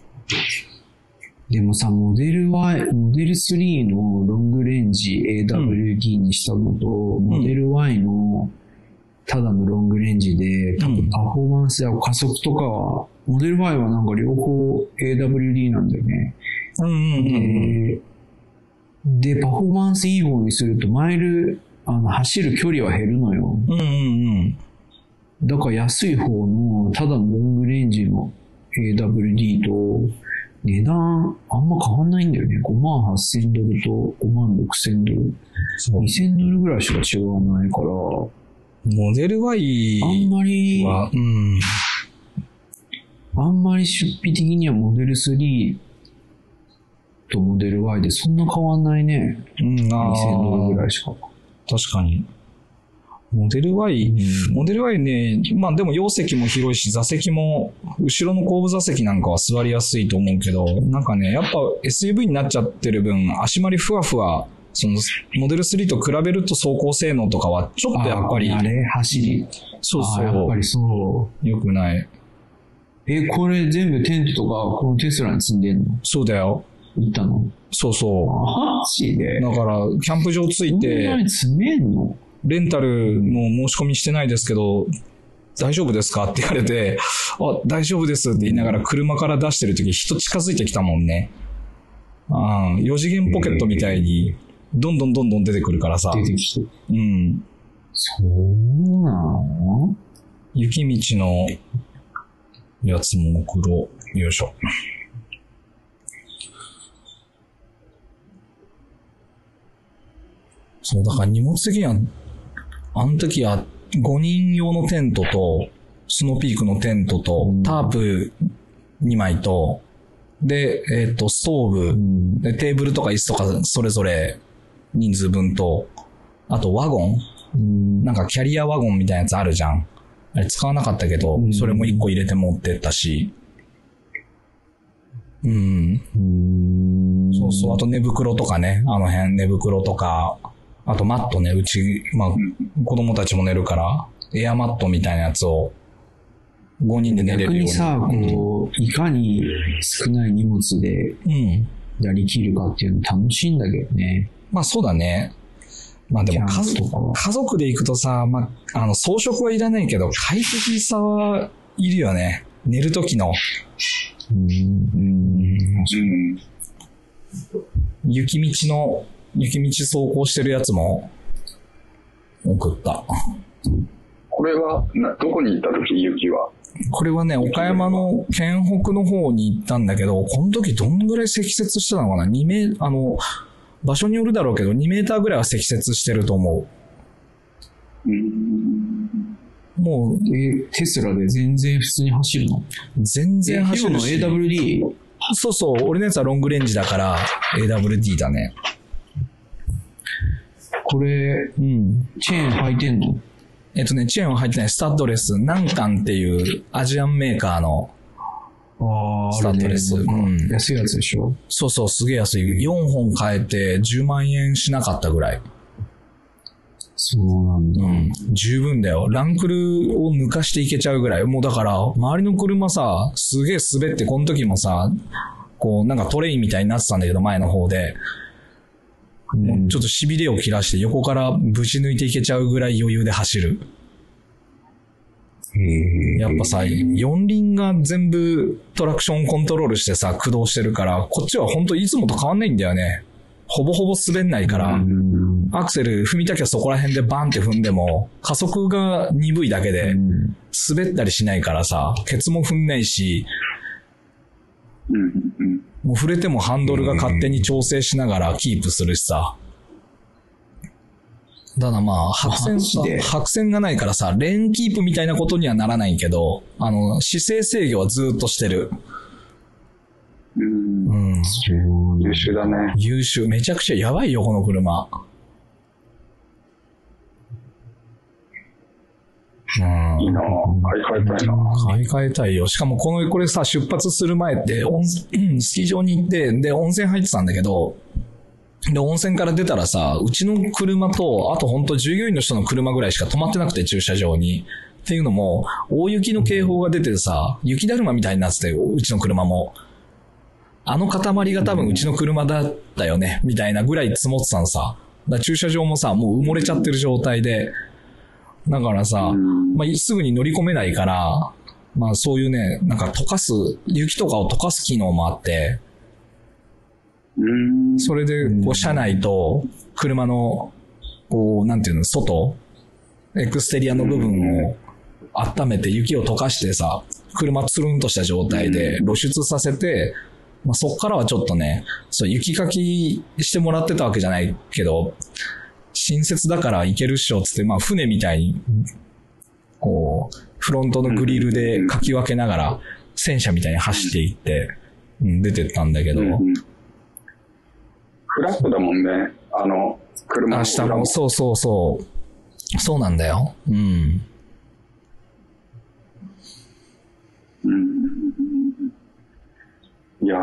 Speaker 4: でもさ、モデル Y、モデルスリーのロングレンジ エーダブリューディー にしたのと、うん、モデル Y のただのロングレンジで、多分パフォーマンスや加速とかは、モデル Y はなんか両方 エーダブリューディー なんだよね。
Speaker 3: うんうんうん
Speaker 4: うん、で、で、パフォーマンスいい方にすると、マイル、あの、走る距離は減るのよ。
Speaker 3: うんうんうん。
Speaker 4: だから安い方の、ただのロングレンジの エーダブリューディー と、値段あんま変わんないんだよね。ごまんはっせんドルとごまんろくせんドル。にせんドルぐらいしか違わないから。モ
Speaker 3: デル Y
Speaker 4: は。あんまり、
Speaker 3: うん。
Speaker 4: あんまり出費的にはモデルスリーとモデル Y でそんな変わんないね。
Speaker 3: うん、あ
Speaker 4: にせんドルぐらいしか。
Speaker 3: 確かに。モデル Y、うん、モデル Y ね、まあでも容積も広いし、座席も、後ろの後部座席なんかは座りやすいと思うけど、なんかね、やっぱ エスユーブイ になっちゃってる分、足回りふわふわ、その、モデルスリーと比べると走行性能とかはちょっとやっぱり。
Speaker 4: あ, あれ走り。
Speaker 3: そうそう。
Speaker 4: やっぱりそう。
Speaker 3: よくない。
Speaker 4: え、これ全部テントとか、このテスラに積んでんの？
Speaker 3: そうだよ。
Speaker 4: 行ったの？
Speaker 3: そうそう。
Speaker 4: マジで？
Speaker 3: だから、キャンプ場ついて。
Speaker 4: そんなに積めんの？
Speaker 3: レンタルの申し込みしてないですけど、大丈夫ですかって言われて、あ、大丈夫ですって言いながら車から出してるとき人近づいてきたもんね。ああ、よ次元ポケットみたいに、どんどんどんどん出てくるからさ。
Speaker 4: 出てきて。
Speaker 3: うん。
Speaker 4: そうなの？
Speaker 3: 雪道のやつも送ろう。よいしょ。そう、だから荷物的には、あの時はごにん用のテントと、スノーピークのテントと、タープにまいと、で、えっと、ストーブ、で、テーブルとか椅子とかそれぞれ人数分と、あとワゴン、なんかキャリアワゴンみたいなやつあるじゃん。あれ使わなかったけど、それもいっこ入れて持ってったし。うん。そうそう、あと寝袋とかね、あの辺寝袋とか、あとマットね、うち、まあ、子供たちも寝るから、エアマットみたいなやつをごにんで寝れるように。
Speaker 4: 逆にさ、こう、いかに少ない荷物でやりきるかっていうの楽しいんだけどね。
Speaker 3: まあそうだね。まあでも家族、家族で行くとさ、まあ、あの、装飾はいらないけど、快適さはいるよね。寝るときの。うん、うん、雪道の、雪道走行してるやつも送った。
Speaker 2: これはなどこに行った時雪は？
Speaker 3: これはね、岡山の県北の方に行ったんだけど、この時どんぐらい積雪したのかな ?に メあの、場所によるだろうけど、にメーターぐらいは積雪してると思う。うーんもう、
Speaker 4: え、テスラで全然普通に走るの？
Speaker 3: 全然走るし。
Speaker 4: 今の エーダブリューディー？
Speaker 3: そうそう、俺のやつはロングレンジだから エーダブリューディー だね。
Speaker 4: これ、うん、チェーン履いてんの？
Speaker 3: えっとね、チェーンは入ってない。スタッドレス、ナンカンっていうアジアンメーカーのスタッドレス。
Speaker 4: うん、安いやつでしょ？
Speaker 3: そうそう、すげえ安い。よんほん買えてじゅうまんえんしなかったぐらい。
Speaker 4: そうなんだ。うん。
Speaker 3: 十分だよ。ランクルを抜かしていけちゃうぐらい。もうだから、周りの車さ、すげえ滑って、この時もさ、こう、なんかトレインみたいになってたんだけど、前の方で。うん、もうちょっと痺れを切らして横からぶち抜いていけちゃうぐらい余裕で走る。へやっぱさ、四輪が全部トラクションコントロールしてさ、駆動してるから、こっちは本当いつもと変わんないんだよね。ほぼほぼ滑んないから、アクセル踏みたきゃそこら辺でバンって踏んでも、加速が鈍いだけで、滑ったりしないからさ、ケツも踏んないし、もう触れてもハンドルが勝手に調整しながらキープするしさ。ただまあ、白線、白線がないからさ、レーンキープみたいなことにはならないけど、あの、姿勢制御はずっとしてる。
Speaker 2: うん。うん。優秀だね。
Speaker 3: 優秀。めちゃくちゃやばいよ、この車。
Speaker 2: うん、いいなぁ。買い替えたいなぁ。
Speaker 3: 買い替えたいよ。しかもこの、これさ、出発する前って、温スキー場に行って、で、温泉入ってたんだけど、で、温泉から出たらさ、うちの車と、あとほんと従業員の人の車ぐらいしか止まってなくて、駐車場に。 っていうのも、大雪の警報が出てさ、雪だるまみたいになってて、うちの車も。あの塊が多分うちの車だったよね、みたいなぐらい積もってたのさ。だから駐車場もさ、もう埋もれちゃってる状態で。だからさ、まあ、すぐに乗り込めないから、まあそういうね、なんか溶かす、雪とかを溶かす機能もあって、それで、こう、車内と車の、こう、なんていうの、外、エクステリアの部分を温めて雪を溶かしてさ、車つるんとした状態で露出させて、まあ、そっからはちょっとね、そう、雪かきしてもらってたわけじゃないけど、新設だから行けるっしょつって、まあ、船みたいに、こう、フロントのグリルでかき分けながら、戦車みたいに走っていって、うん、出てったんだけど、
Speaker 2: フラットだもんね、あの、車の。
Speaker 3: 明日も、そうそうそう。そうなんだよ。うん。
Speaker 2: うん。いやー、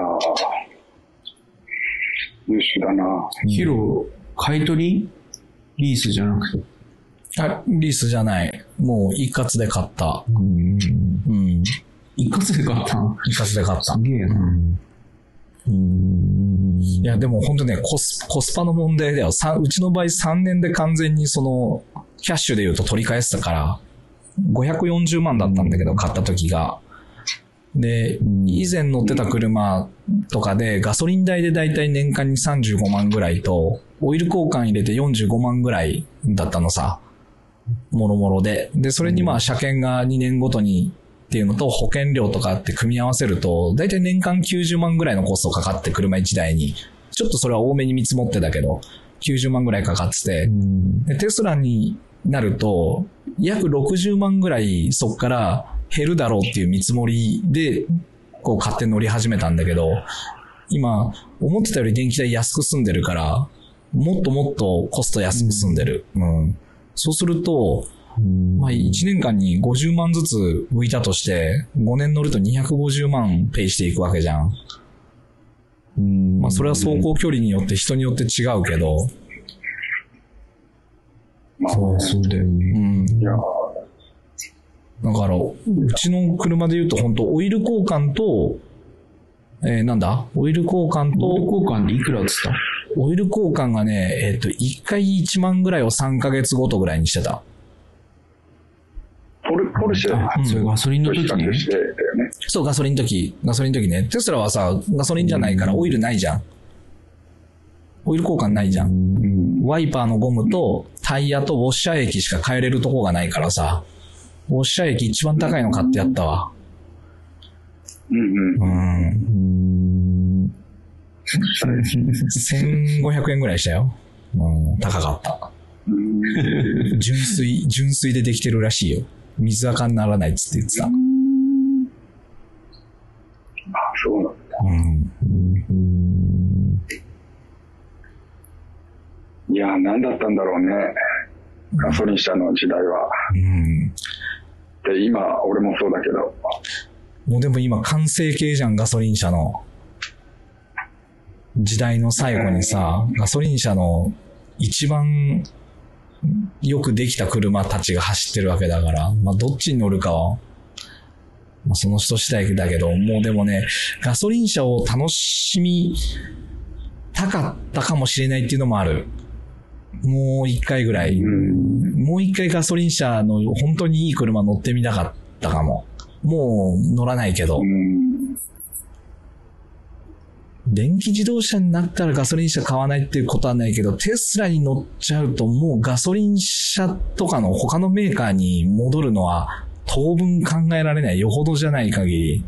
Speaker 2: 優秀だな。
Speaker 4: ヒロ、買い取りリースじゃなくて。
Speaker 3: あ、リースじゃない。もう一括で買った。うん。
Speaker 4: うん。一括で買ったの？
Speaker 3: 一括で買った。
Speaker 4: すげえな。うん
Speaker 3: うん、いや、でも本当ね、コス、コスパの問題だよ。さ、うちの場合さんねんで完全にその、キャッシュで言うと取り返したから、ごひゃくよんじゅうまんだったんだけど、買った時が。で、以前乗ってた車とかで、ガソリン代でだいたい年間にさんじゅうごまんぐらいと、オイル交換入れてよんじゅうごまんぐらいだったのさ。もろもろで。で、それにまあ車検がにねんごとに、っていうのと保険料とかって組み合わせると、だいたい年間きゅうじゅうまんぐらいのコストかかって車いちだいに。ちょっとそれは多めに見積もってたけど、きゅうじゅうまんぐらいかかってて、でテスラになると、約ろくじゅうまんぐらいそっから減るだろうっていう見積もりで、こう買って乗り始めたんだけど、今、思ってたより電気代安く済んでるから、もっともっとコスト安く済んでる。うん、そうすると、まあいちねんかんにごじゅうまんずつ浮いたとして、ごねん乗るとにひゃくごじゅうまんペイしていくわけじゃん。うん、まあそれは走行距離によって人によって違うけど。
Speaker 2: まあ、
Speaker 3: そうそうだよね。うん。いやだから、うちの車で言うと本当オイル交換と、えー、なんだオイル交換と、
Speaker 4: オイル交換でいくらっつった？
Speaker 3: オイル交換がね、えっと、いっかいいちまんぐらいをさんかげつごとぐらいにしてた。
Speaker 2: ポル、ポルシェ。
Speaker 4: あ、それガソリンの時ね。
Speaker 3: そう、ガソリンの時。ガソリンの時ね。テスラはさ、ガソリンじゃないからオイルないじゃん。オイル交換ないじゃん。ワイパーのゴムとタイヤとウォッシャー液しか変えれるとこがないからさ、ウォッシャー液一番高いの買ってやったわ。
Speaker 2: うんうん。うん。
Speaker 3: せんごひゃくえんぐらいしたよ。うん、高かった。純水、純水でできてるらしいよ。水垢にならないっつって言ってた。あ、
Speaker 2: そうなんだ。うん。いや、何だったんだろうね。ガソリン車の時代は。うん。で、今、俺もそうだけど。
Speaker 3: もうでも今、完成形じゃん、ガソリン車の。時代の最後にさ、ガソリン車の一番よくできた車たちが走ってるわけだから、まあどっちに乗るかは、まあ、その人次第だけど、もうでもね、ガソリン車を楽しみたかったかもしれないっていうのもある。もう一回ぐらい、うん、もう一回ガソリン車の本当にいい車乗ってみたかったかも。もう乗らないけど。うん、電気自動車になったらガソリン車買わないっていうことはないけど、テスラに乗っちゃうともうガソリン車とかの他のメーカーに戻るのは当分考えられない。よほどじゃない限り。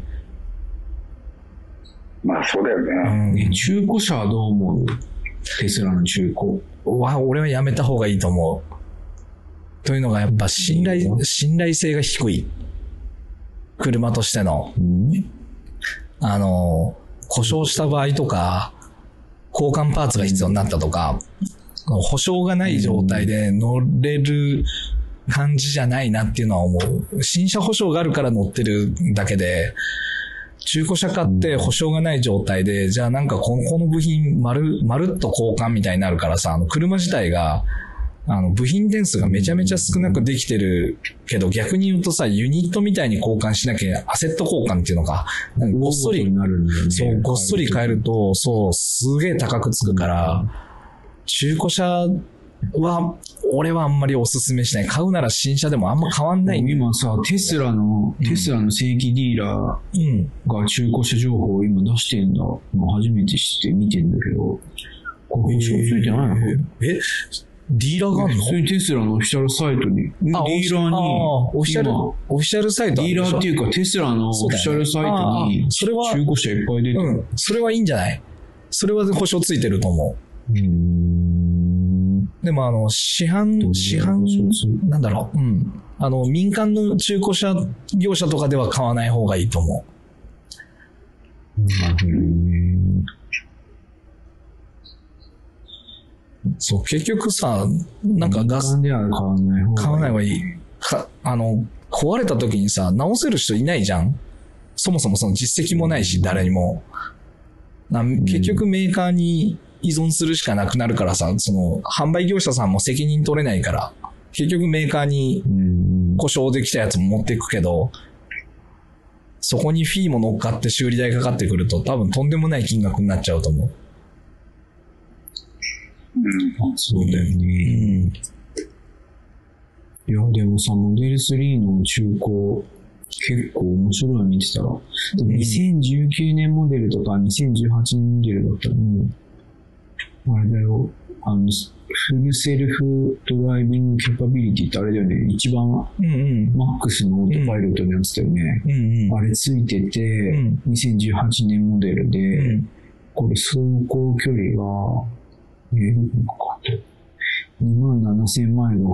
Speaker 2: まあそうだよね。
Speaker 4: うん、中古車はどう思う？テスラの中古
Speaker 3: は俺はやめた方がいいと思う。というのがやっぱ信頼、信頼性が低い。車としての。うん、あの、故障した場合とか、交換パーツが必要になったとか、保証がない状態で乗れる感じじゃないなっていうのは思う。新車保証があるから乗ってるだけで、中古車買って保証がない状態で、じゃあなんかこの部品丸、丸っと交換みたいになるからさ、あの車自体が、 あの、部品点数がめちゃめちゃ少なくできてるけど、逆に言うとさ、ユニットみたいに交換しなきゃ、アセット交換っていうのか、なんかごっそり、そう、ごっそり変えると、そう、すげえ高くつくから、中古車は、俺はあんまりおすすめしない。買うなら新車でもあんま変わんない。
Speaker 4: 今さ、テスラの、テスラの正規ディーラーが中古車情報を今出してんだの初めて知って見てんだけど、これ保証ついてないの？
Speaker 3: えディーラーがあるの？
Speaker 4: それテスラのオフィシャルサイトに、ディーラーに、
Speaker 3: オフィシャル、オフィシャルサイト
Speaker 4: ディーラーっていうかテスラのオフィシャルサイトに、それは中古車いっぱい出てる。
Speaker 3: うん、それはいいんじゃない？それは保証ついてると思う。うーん。でもあの、市販、市販、なんだろう、うん。あの、民間の中古車業者とかでは買わない方がいいと思う。なるほどね。そう、結局さ、なんかガス、
Speaker 4: では買わない方がいい。
Speaker 3: 買わない方がいい。か、あの、壊れた時にさ、直せる人いないじゃん？そもそもその実績もないし、誰にも。な結局メーカーに依存するしかなくなるからさ、その、販売業者さんも責任取れないから、結局メーカーに故障できたやつも持っていくけど、そこにフィーも乗っかって修理代かかってくると、多分とんでもない金額になっちゃうと思う。
Speaker 4: うん、そうだよね。うん、いや、でもさ、モデルスリーの中古、結構面白いの見てたら、うん、にせんじゅうきゅうねんモデルとかにせんじゅうはちねんモデルだったらもう、あれだよ、あの、フルセルフドライビングキャパビリティってあれだよね、一番、うんうん、マックスのオートパイロットのやつだよね。うんうん、あれついてて、うん、にせんじゅうはちねんモデルで、うん、これ走行距離が、えー、にまんななせんマイルだから、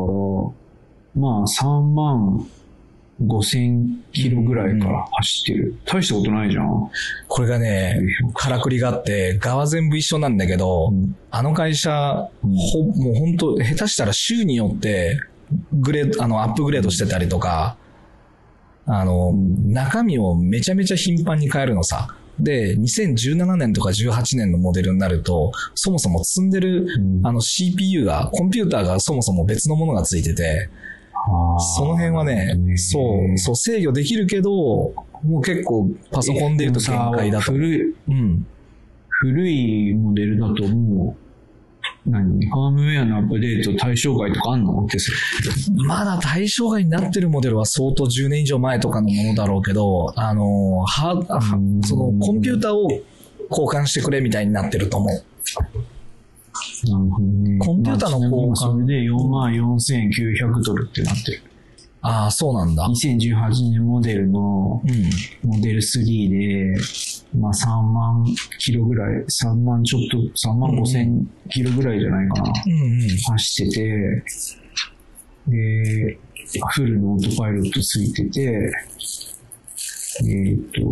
Speaker 4: まあさんまんごせんキロぐらいから走ってる。うん、大したことないじゃん。
Speaker 3: これがね、からくりがあって、側全部一緒なんだけど、うん、あの会社、うん、ほもう本当下手したら週によって、グレード、あの、アップグレードしてたりとか、あの、うん、中身をめちゃめちゃ頻繁に変えるのさ。で、にせんじゅうななねんとかじゅうはちねんのモデルになると、そもそも積んでる、うん、あの シーピーユー が、コンピューターがそもそも別のものがついてて、その辺はね、そう、そう制御できるけど、もう結構パソコンで言うと限界だと。
Speaker 4: 古い、うん、古いモデルだともう、何ハームウェアのアップデート対象外とかあんのって
Speaker 3: まだ対象外になってるモデルは相当じゅうねん以上前とかのものだろうけど、あの、は、そのコンピューターを交換してくれみたいになってると思う。
Speaker 4: なるほどね。
Speaker 3: コンピューターの交換。
Speaker 4: それでよんまんよんせんきゅうひゃくドルってなってる。
Speaker 3: ああ、そうなんだ。
Speaker 4: にせんじゅうはちねんモデルの、うん、モデルスリーで、まあさんまんキロぐらい、さんまんちょっと、さんまんごせんキロぐらいじゃないかな。うんうん、走ってて、で、フルのオートパイロットついてて、えっと、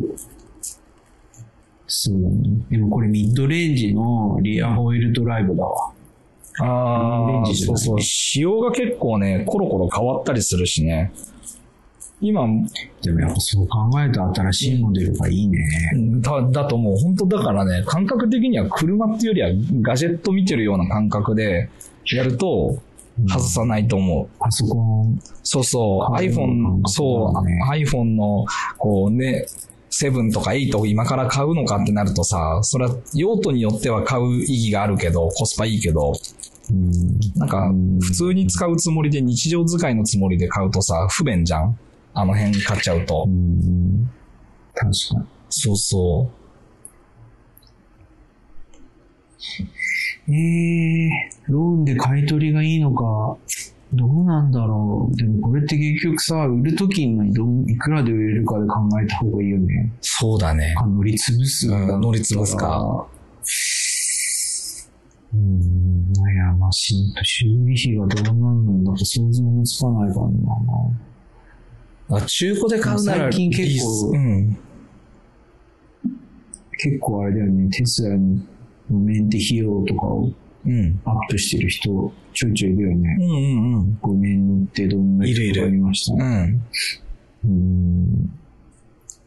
Speaker 4: そうだね。でもこれミッドレンジのリアホイールドライブだわ。
Speaker 3: ああ、そうそう。仕様が結構ね、コロコロ変わったりするしね。今、
Speaker 4: でもやっぱそう考えた新しいモデルがいいね。
Speaker 3: だ、だと思う。本当だからね、感覚的には車っていうよりはガジェット見てるような感覚でやると外さないと思う。うん、
Speaker 4: パソコン。
Speaker 3: そうそう。iPhone、そう、iPhone の、こうね、セブンとかエイトを今から買うのかってなるとさ、それは用途によっては買う意義があるけど、コスパいいけど、うん、なんか普通に使うつもりで日常使いのつもりで買うとさ、不便じゃん？あの辺買っちゃうと。
Speaker 4: うん、確かに。
Speaker 3: そうそう。
Speaker 4: えー、ローンで買い取りがいいのか、どうなんだろう。でもこれって結局さ、売るときにどいくらで売れるかで考えた方がいいよね。
Speaker 3: そうだね。
Speaker 4: あ、乗り潰す。
Speaker 3: うん、乗り潰すか。
Speaker 4: うーん、悩ましい。修理費がどうなんだか想像もつかないから
Speaker 3: な。あ、中古で買うなら
Speaker 4: 最近結構、うん、結構あれだよね、テスラのメンテ費用とかをうん、アップしてる人ちょいちょいいるよね。うんうんうん。ごねん乗ってどんな人がいましたね。いるいる。うん。うーん。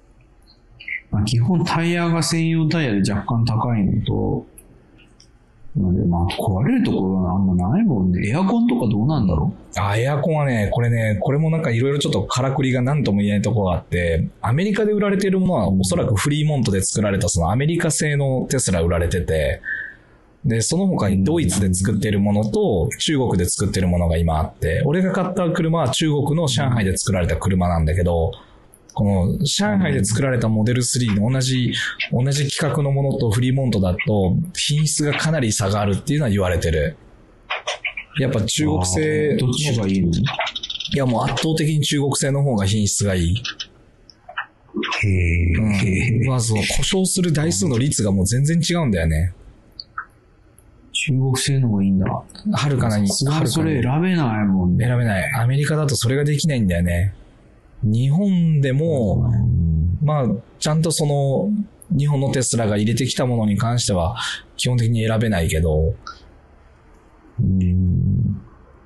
Speaker 4: まあ基本タイヤが専用タイヤで若干高いのと、 まあ、まあ、壊れるところはあんまないもんね。エアコンとかどうなんだろう。
Speaker 3: あ、エアコンはね、これね、これもなんかいろいろちょっとからくりが何とも言えないところがあって、アメリカで売られているものはおそらくフリーモントで作られたそのアメリカ製のテスラ売られてて、で、その他にドイツで作っているものと中国で作っているものが今あって、俺が買った車は中国の上海で作られた車なんだけど、この上海で作られたモデルスリーの同じ、同じ規格のものとフリーモントだと品質がかなり差があるっていうのは言われてる。やっぱ中国製。
Speaker 4: どっちがいいの？
Speaker 3: いやもう圧倒的に中国製の方が品質がいい。
Speaker 4: へー。
Speaker 3: うん、まず故障する台数の率がもう全然違うんだよね。
Speaker 4: 中国製の方がいいんだ。
Speaker 3: はるかなに。
Speaker 4: それ選べないもんね。
Speaker 3: 選べない。アメリカだとそれができないんだよね。日本でも、まあ、ちゃんとその、日本のテスラが入れてきたものに関しては、基本的に選べないけど、
Speaker 4: うん、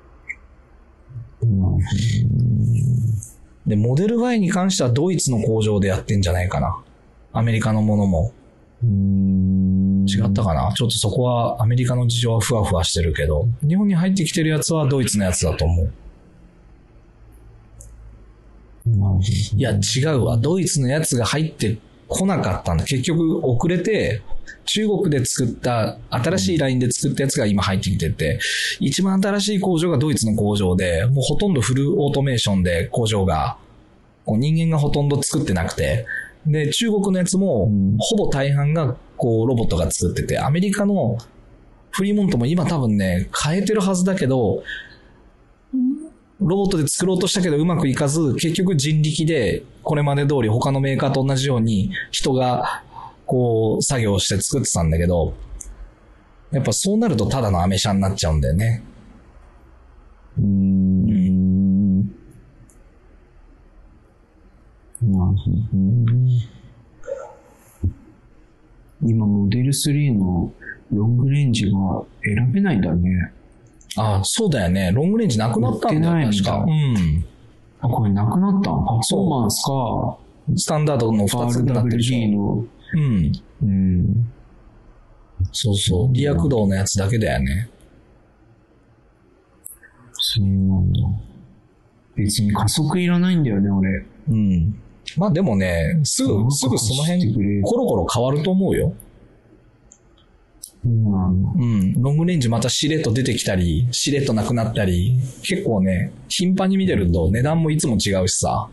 Speaker 3: で、モデル ワイ に関してはドイツの工場でやってんじゃないかな。アメリカのものも。違ったかな。ちょっとそこはアメリカの事情はふわふわしてるけど、日本に入ってきてるやつはドイツのやつだと思う。いや、違うわ。ドイツのやつが入ってこなかったんだ。結局遅れて、中国で作った、新しいラインで作ったやつが今入ってきてて、一番新しい工場がドイツの工場で、もうほとんどフルオートメーションで工場が、こう人間がほとんど作ってなくて、で、中国のやつも、ほぼ大半が、こう、ロボットが作ってて、アメリカのフリーモントも今多分ね、変えてるはずだけど、ロボットで作ろうとしたけどうまくいかず、結局人力でこれまで通り他のメーカーと同じように人がこう作業して作ってたんだけど、やっぱそうなるとただのアメ車になっちゃうんだよね。
Speaker 4: うーん。なるほど。今モデルスリーのロングレンジが選べないんだね。
Speaker 3: ああ、そうだよね。ロングレンジなくなったんだよ、確か。うん。
Speaker 4: あ、これなくなったの？パフォーマンスか、
Speaker 3: スタンダードのふたつになってるでしょ。
Speaker 4: アールダブリュージー の。
Speaker 3: うん。
Speaker 4: うん。
Speaker 3: そうそう。リア駆動のやつだけだよね。
Speaker 4: そうなんだ。別に加速いらないんだよね、俺。
Speaker 3: うん。まあでもね、すぐ、すぐその辺、コロコロ変わると思うよ。
Speaker 4: うん、
Speaker 3: うん。ロングレンジまたしれっと出てきたり、しれっとなくなったり、結構ね、頻繁に見てると値段もいつも違うしさ。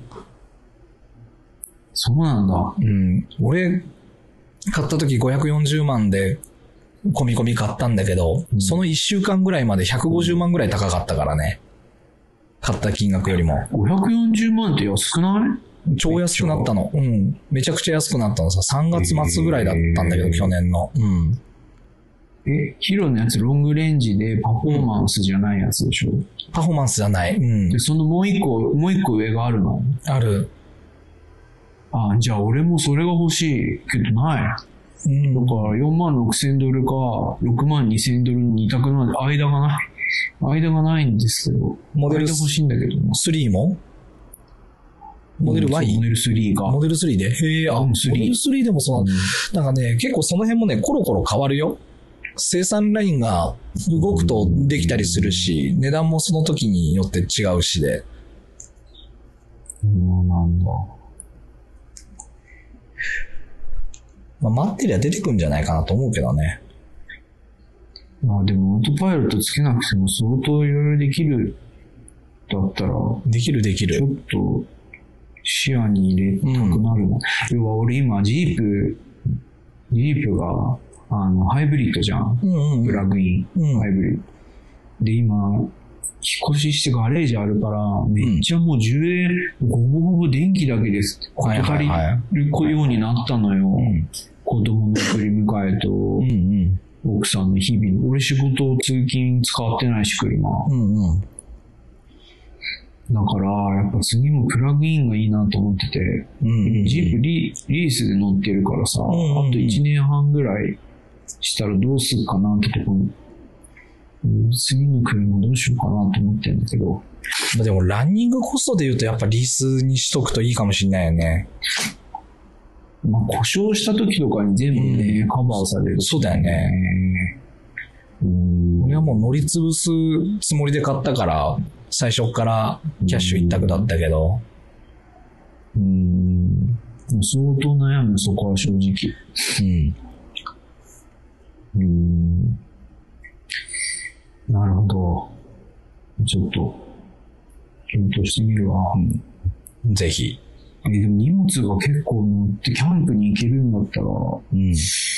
Speaker 4: そうなんだ。
Speaker 3: うん。俺、買った時ごひゃくよんじゅうまんで、込み込み買ったんだけど、うん、そのいっしゅうかんぐらいまでひゃくごじゅうまんぐらい高かったからね。買った金額よりも。
Speaker 4: ごひゃくよんじゅうまんって安くない？
Speaker 3: 超安くなったの。うん。めちゃくちゃ安くなったのさ。さんがつ末ぐらいだったんだけど、えー、去年の。うん。
Speaker 4: え、ヒロのやつロングレンジでパフォーマンスじゃないやつでしょ？
Speaker 3: パフォーマンスじゃない。うん。
Speaker 4: で、そのもう一個、もう一個上があるの？
Speaker 3: ある。
Speaker 4: あ、じゃあ俺もそれが欲しいけどない。うん。だからよんまんろくせんドルかろくまんにせんドルに二択なんで間がない。間がないんですけど。
Speaker 3: モデル
Speaker 4: 間欲しいんだけどな。
Speaker 3: スリーもモデル ワイ？
Speaker 4: モデルスリーが。
Speaker 3: モデルスリーで。へえ、あ、モデルスリーでもその、うん、なんかね、結構その辺もね、コロコロ変わるよ。生産ラインが動くとできたりするし、値段もその時によって違うしで。
Speaker 4: そうなんだ。
Speaker 3: まあ、待ってりゃ出てくんじゃないかなと思うけどね。
Speaker 4: まあでもオートパイロットつけなくても相当いろいろできるだったら。
Speaker 3: できるできる。
Speaker 4: ちょっと視野に入れたくなるな。うん、要は俺今ジープ、ジープがあの、ハイブリッドじゃん。うんうん、プラグイン、うん、ハイブリッド。で、今、引っ越ししてガレージあるから、めっちゃもう充電、うん、ほぼほぼ電気だけですって、こと足りるようになったのよ。はいはいはい、子供の送り迎えと、うんうん、奥さんの日々の。俺仕事通勤使ってないし、車。うんうん、だから、やっぱ次もプラグインがいいなと思ってて、うんうんうん、ジープ リ, リースで乗ってるからさ、うんうんうん、あといちねんはんぐらい、したらどうするかなってとこに、次の車どうしようかなと思ってるんだけど。
Speaker 3: でもランニングコストで言うとやっぱリースにしとくといいかもしれないよね。
Speaker 4: まあ故障した時とかに全部ね、うん、カバーされる、ね。
Speaker 3: そうだよね。 うん、俺はもう乗り潰すつもりで買ったから、最初からキャッシュ一択だったけど。
Speaker 4: うん。相当悩む、そこは正直。うん。うん。なるほど。ちょっと、検討してみるわ。
Speaker 3: うん、ぜひ。
Speaker 4: え、でも荷物が結構乗ってキャンプに行けるんだったら、うん。いい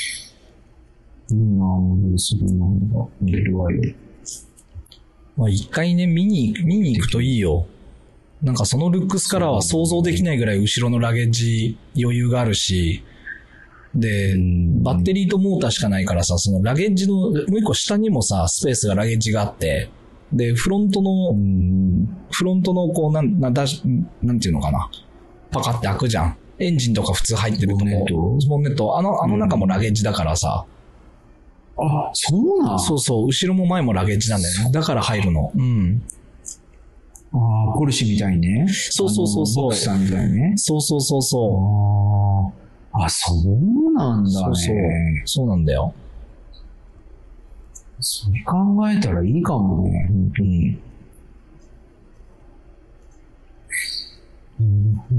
Speaker 4: なぁ、すぐの方が乗れるわよ。
Speaker 3: まあ一回ね、見に、見に行くといいよ。なんかそのルックスからは想像できないぐらい後ろのラゲッジ余裕があるし、で、バッテリーとモーターしかないからさ、そのラゲッジの、もう一個下にもさ、スペースがラゲッジがあって、で、フロントの、フロントのこう、なん、なんだ、なんていうのかな。パカって開くじゃん。エンジンとか普通入ってるとこ。ボンネット。あの、あの中もラゲッジだからさ。
Speaker 4: あ、そうなん？
Speaker 3: そうそう。後ろも前もラゲッジなんだよね。だから入るの。うん。
Speaker 4: ああ、ポルシェみたいにね。
Speaker 3: そうそうそうそう。
Speaker 4: ボクサーみたいにね。
Speaker 3: そうそうそうそ
Speaker 4: う。ああ、そうなんだね。
Speaker 3: そうそう。そうなんだよ。
Speaker 4: それ考えたらいいかもね。本当に。うん。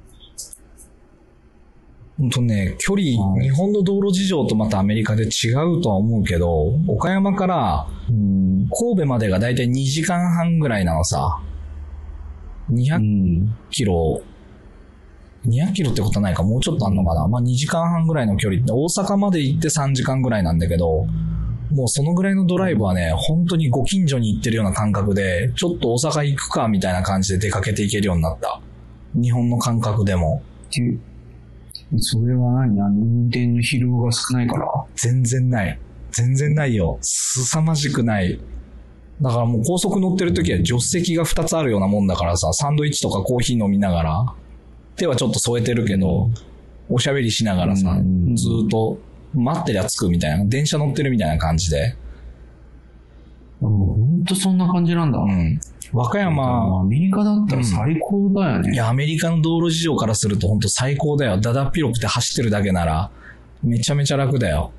Speaker 3: ほんとね、距離、日本の道路事情とまたアメリカで違うとは思うけど、岡山から神戸までがだいたいにじかんはんぐらいなのさ。にひゃくキロ、にひゃくキロってことはないか、もうちょっとあんのかな。まあにじかんはんぐらいの距離。大阪まで行ってさんじかんぐらいなんだけど、もうそのぐらいのドライブはね、本当にご近所に行ってるような感覚で、ちょっと大阪行くかみたいな感じで出かけていけるようになった。日本の感覚でも。
Speaker 4: それは何？あの運転の疲労が少ないから？
Speaker 3: 全然ない。全然ないよ。凄まじくない。だからもう高速乗ってる時は助手席がふたつあるようなもんだからさ、サンドイッチとかコーヒー飲みながら、手はちょっと添えてるけど、おしゃべりしながらさ、ずーっと待ってりゃ着くみたいな、電車乗ってるみたいな感じで。
Speaker 4: もうほんとそんな感じなんだ。うん。
Speaker 3: 和歌山、
Speaker 4: アメリカだったら最高だよね。
Speaker 3: うん、いや、アメリカの道路事情からするとほんと最高だよ。だだっ広くて走ってるだけなら、めちゃめちゃ楽だよ。
Speaker 4: うん。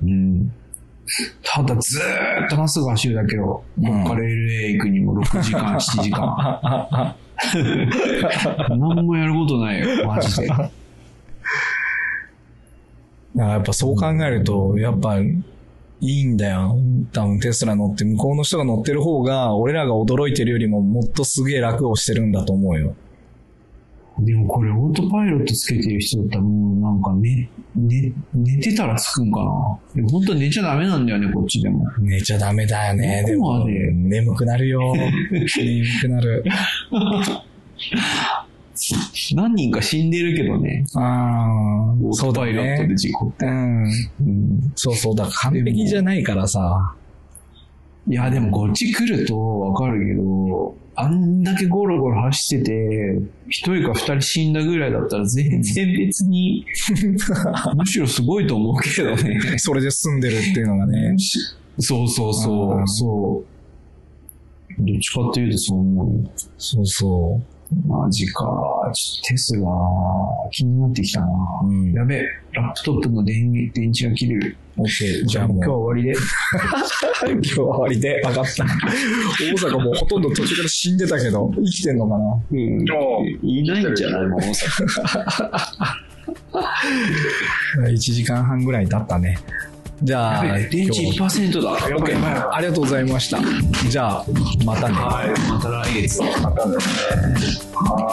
Speaker 4: ただずーっとまっすぐ走るだけよ。こっから エルエー 行くにもろくじかん、しちじかん。何もやることないよ、マジで。
Speaker 3: やっぱそう考えると、やっぱ、いいんだよ。多分テスラ乗って、向こうの人が乗ってる方が、俺らが驚いてるよりももっとすげえ楽をしてるんだと思うよ。
Speaker 4: でもこれオートパイロットつけてる人だったらもうなんか寝、寝、寝てたらつくんかな。でも本当に寝ちゃダメなんだよね、こっちでも。
Speaker 3: 寝ちゃダメだよね。でも、眠くなるよ。眠くなる。
Speaker 4: 何人か死んでるけどね。
Speaker 3: ああ、
Speaker 4: オートパイロットで事故って。
Speaker 3: うん。うん、そうそう、だから完璧じゃないからさ。
Speaker 4: いや、でもこっち来るとわかるけど、あんだけゴロゴロ走ってて、一人か二人死んだぐらいだったら全然別に、むしろすごいと思うけどね。
Speaker 3: それで済んでるっていうのがね。
Speaker 4: そうそうそう、そう。どっちかっていうとそう思うよ。
Speaker 3: そうそう。
Speaker 4: マジか。ちょっとテスラ、気になってきたな。うん、やべえ、ラップトップの電電池が切れる。
Speaker 3: オッケー。じゃあもう。
Speaker 4: 今日は終わりで。
Speaker 3: 今日は終わりで。分かった。大阪もうほとんど途中から死んでたけど、生きてんのかな。
Speaker 4: うん。いないんじゃないもう大
Speaker 3: 阪。いちじかんはんぐらい経ったね。じゃあ、
Speaker 4: 電池 いちパーセント だ。
Speaker 3: やばいやばい。ありがとうございました。じゃあ、またね。
Speaker 4: はい、また来月。
Speaker 2: またですね。はい。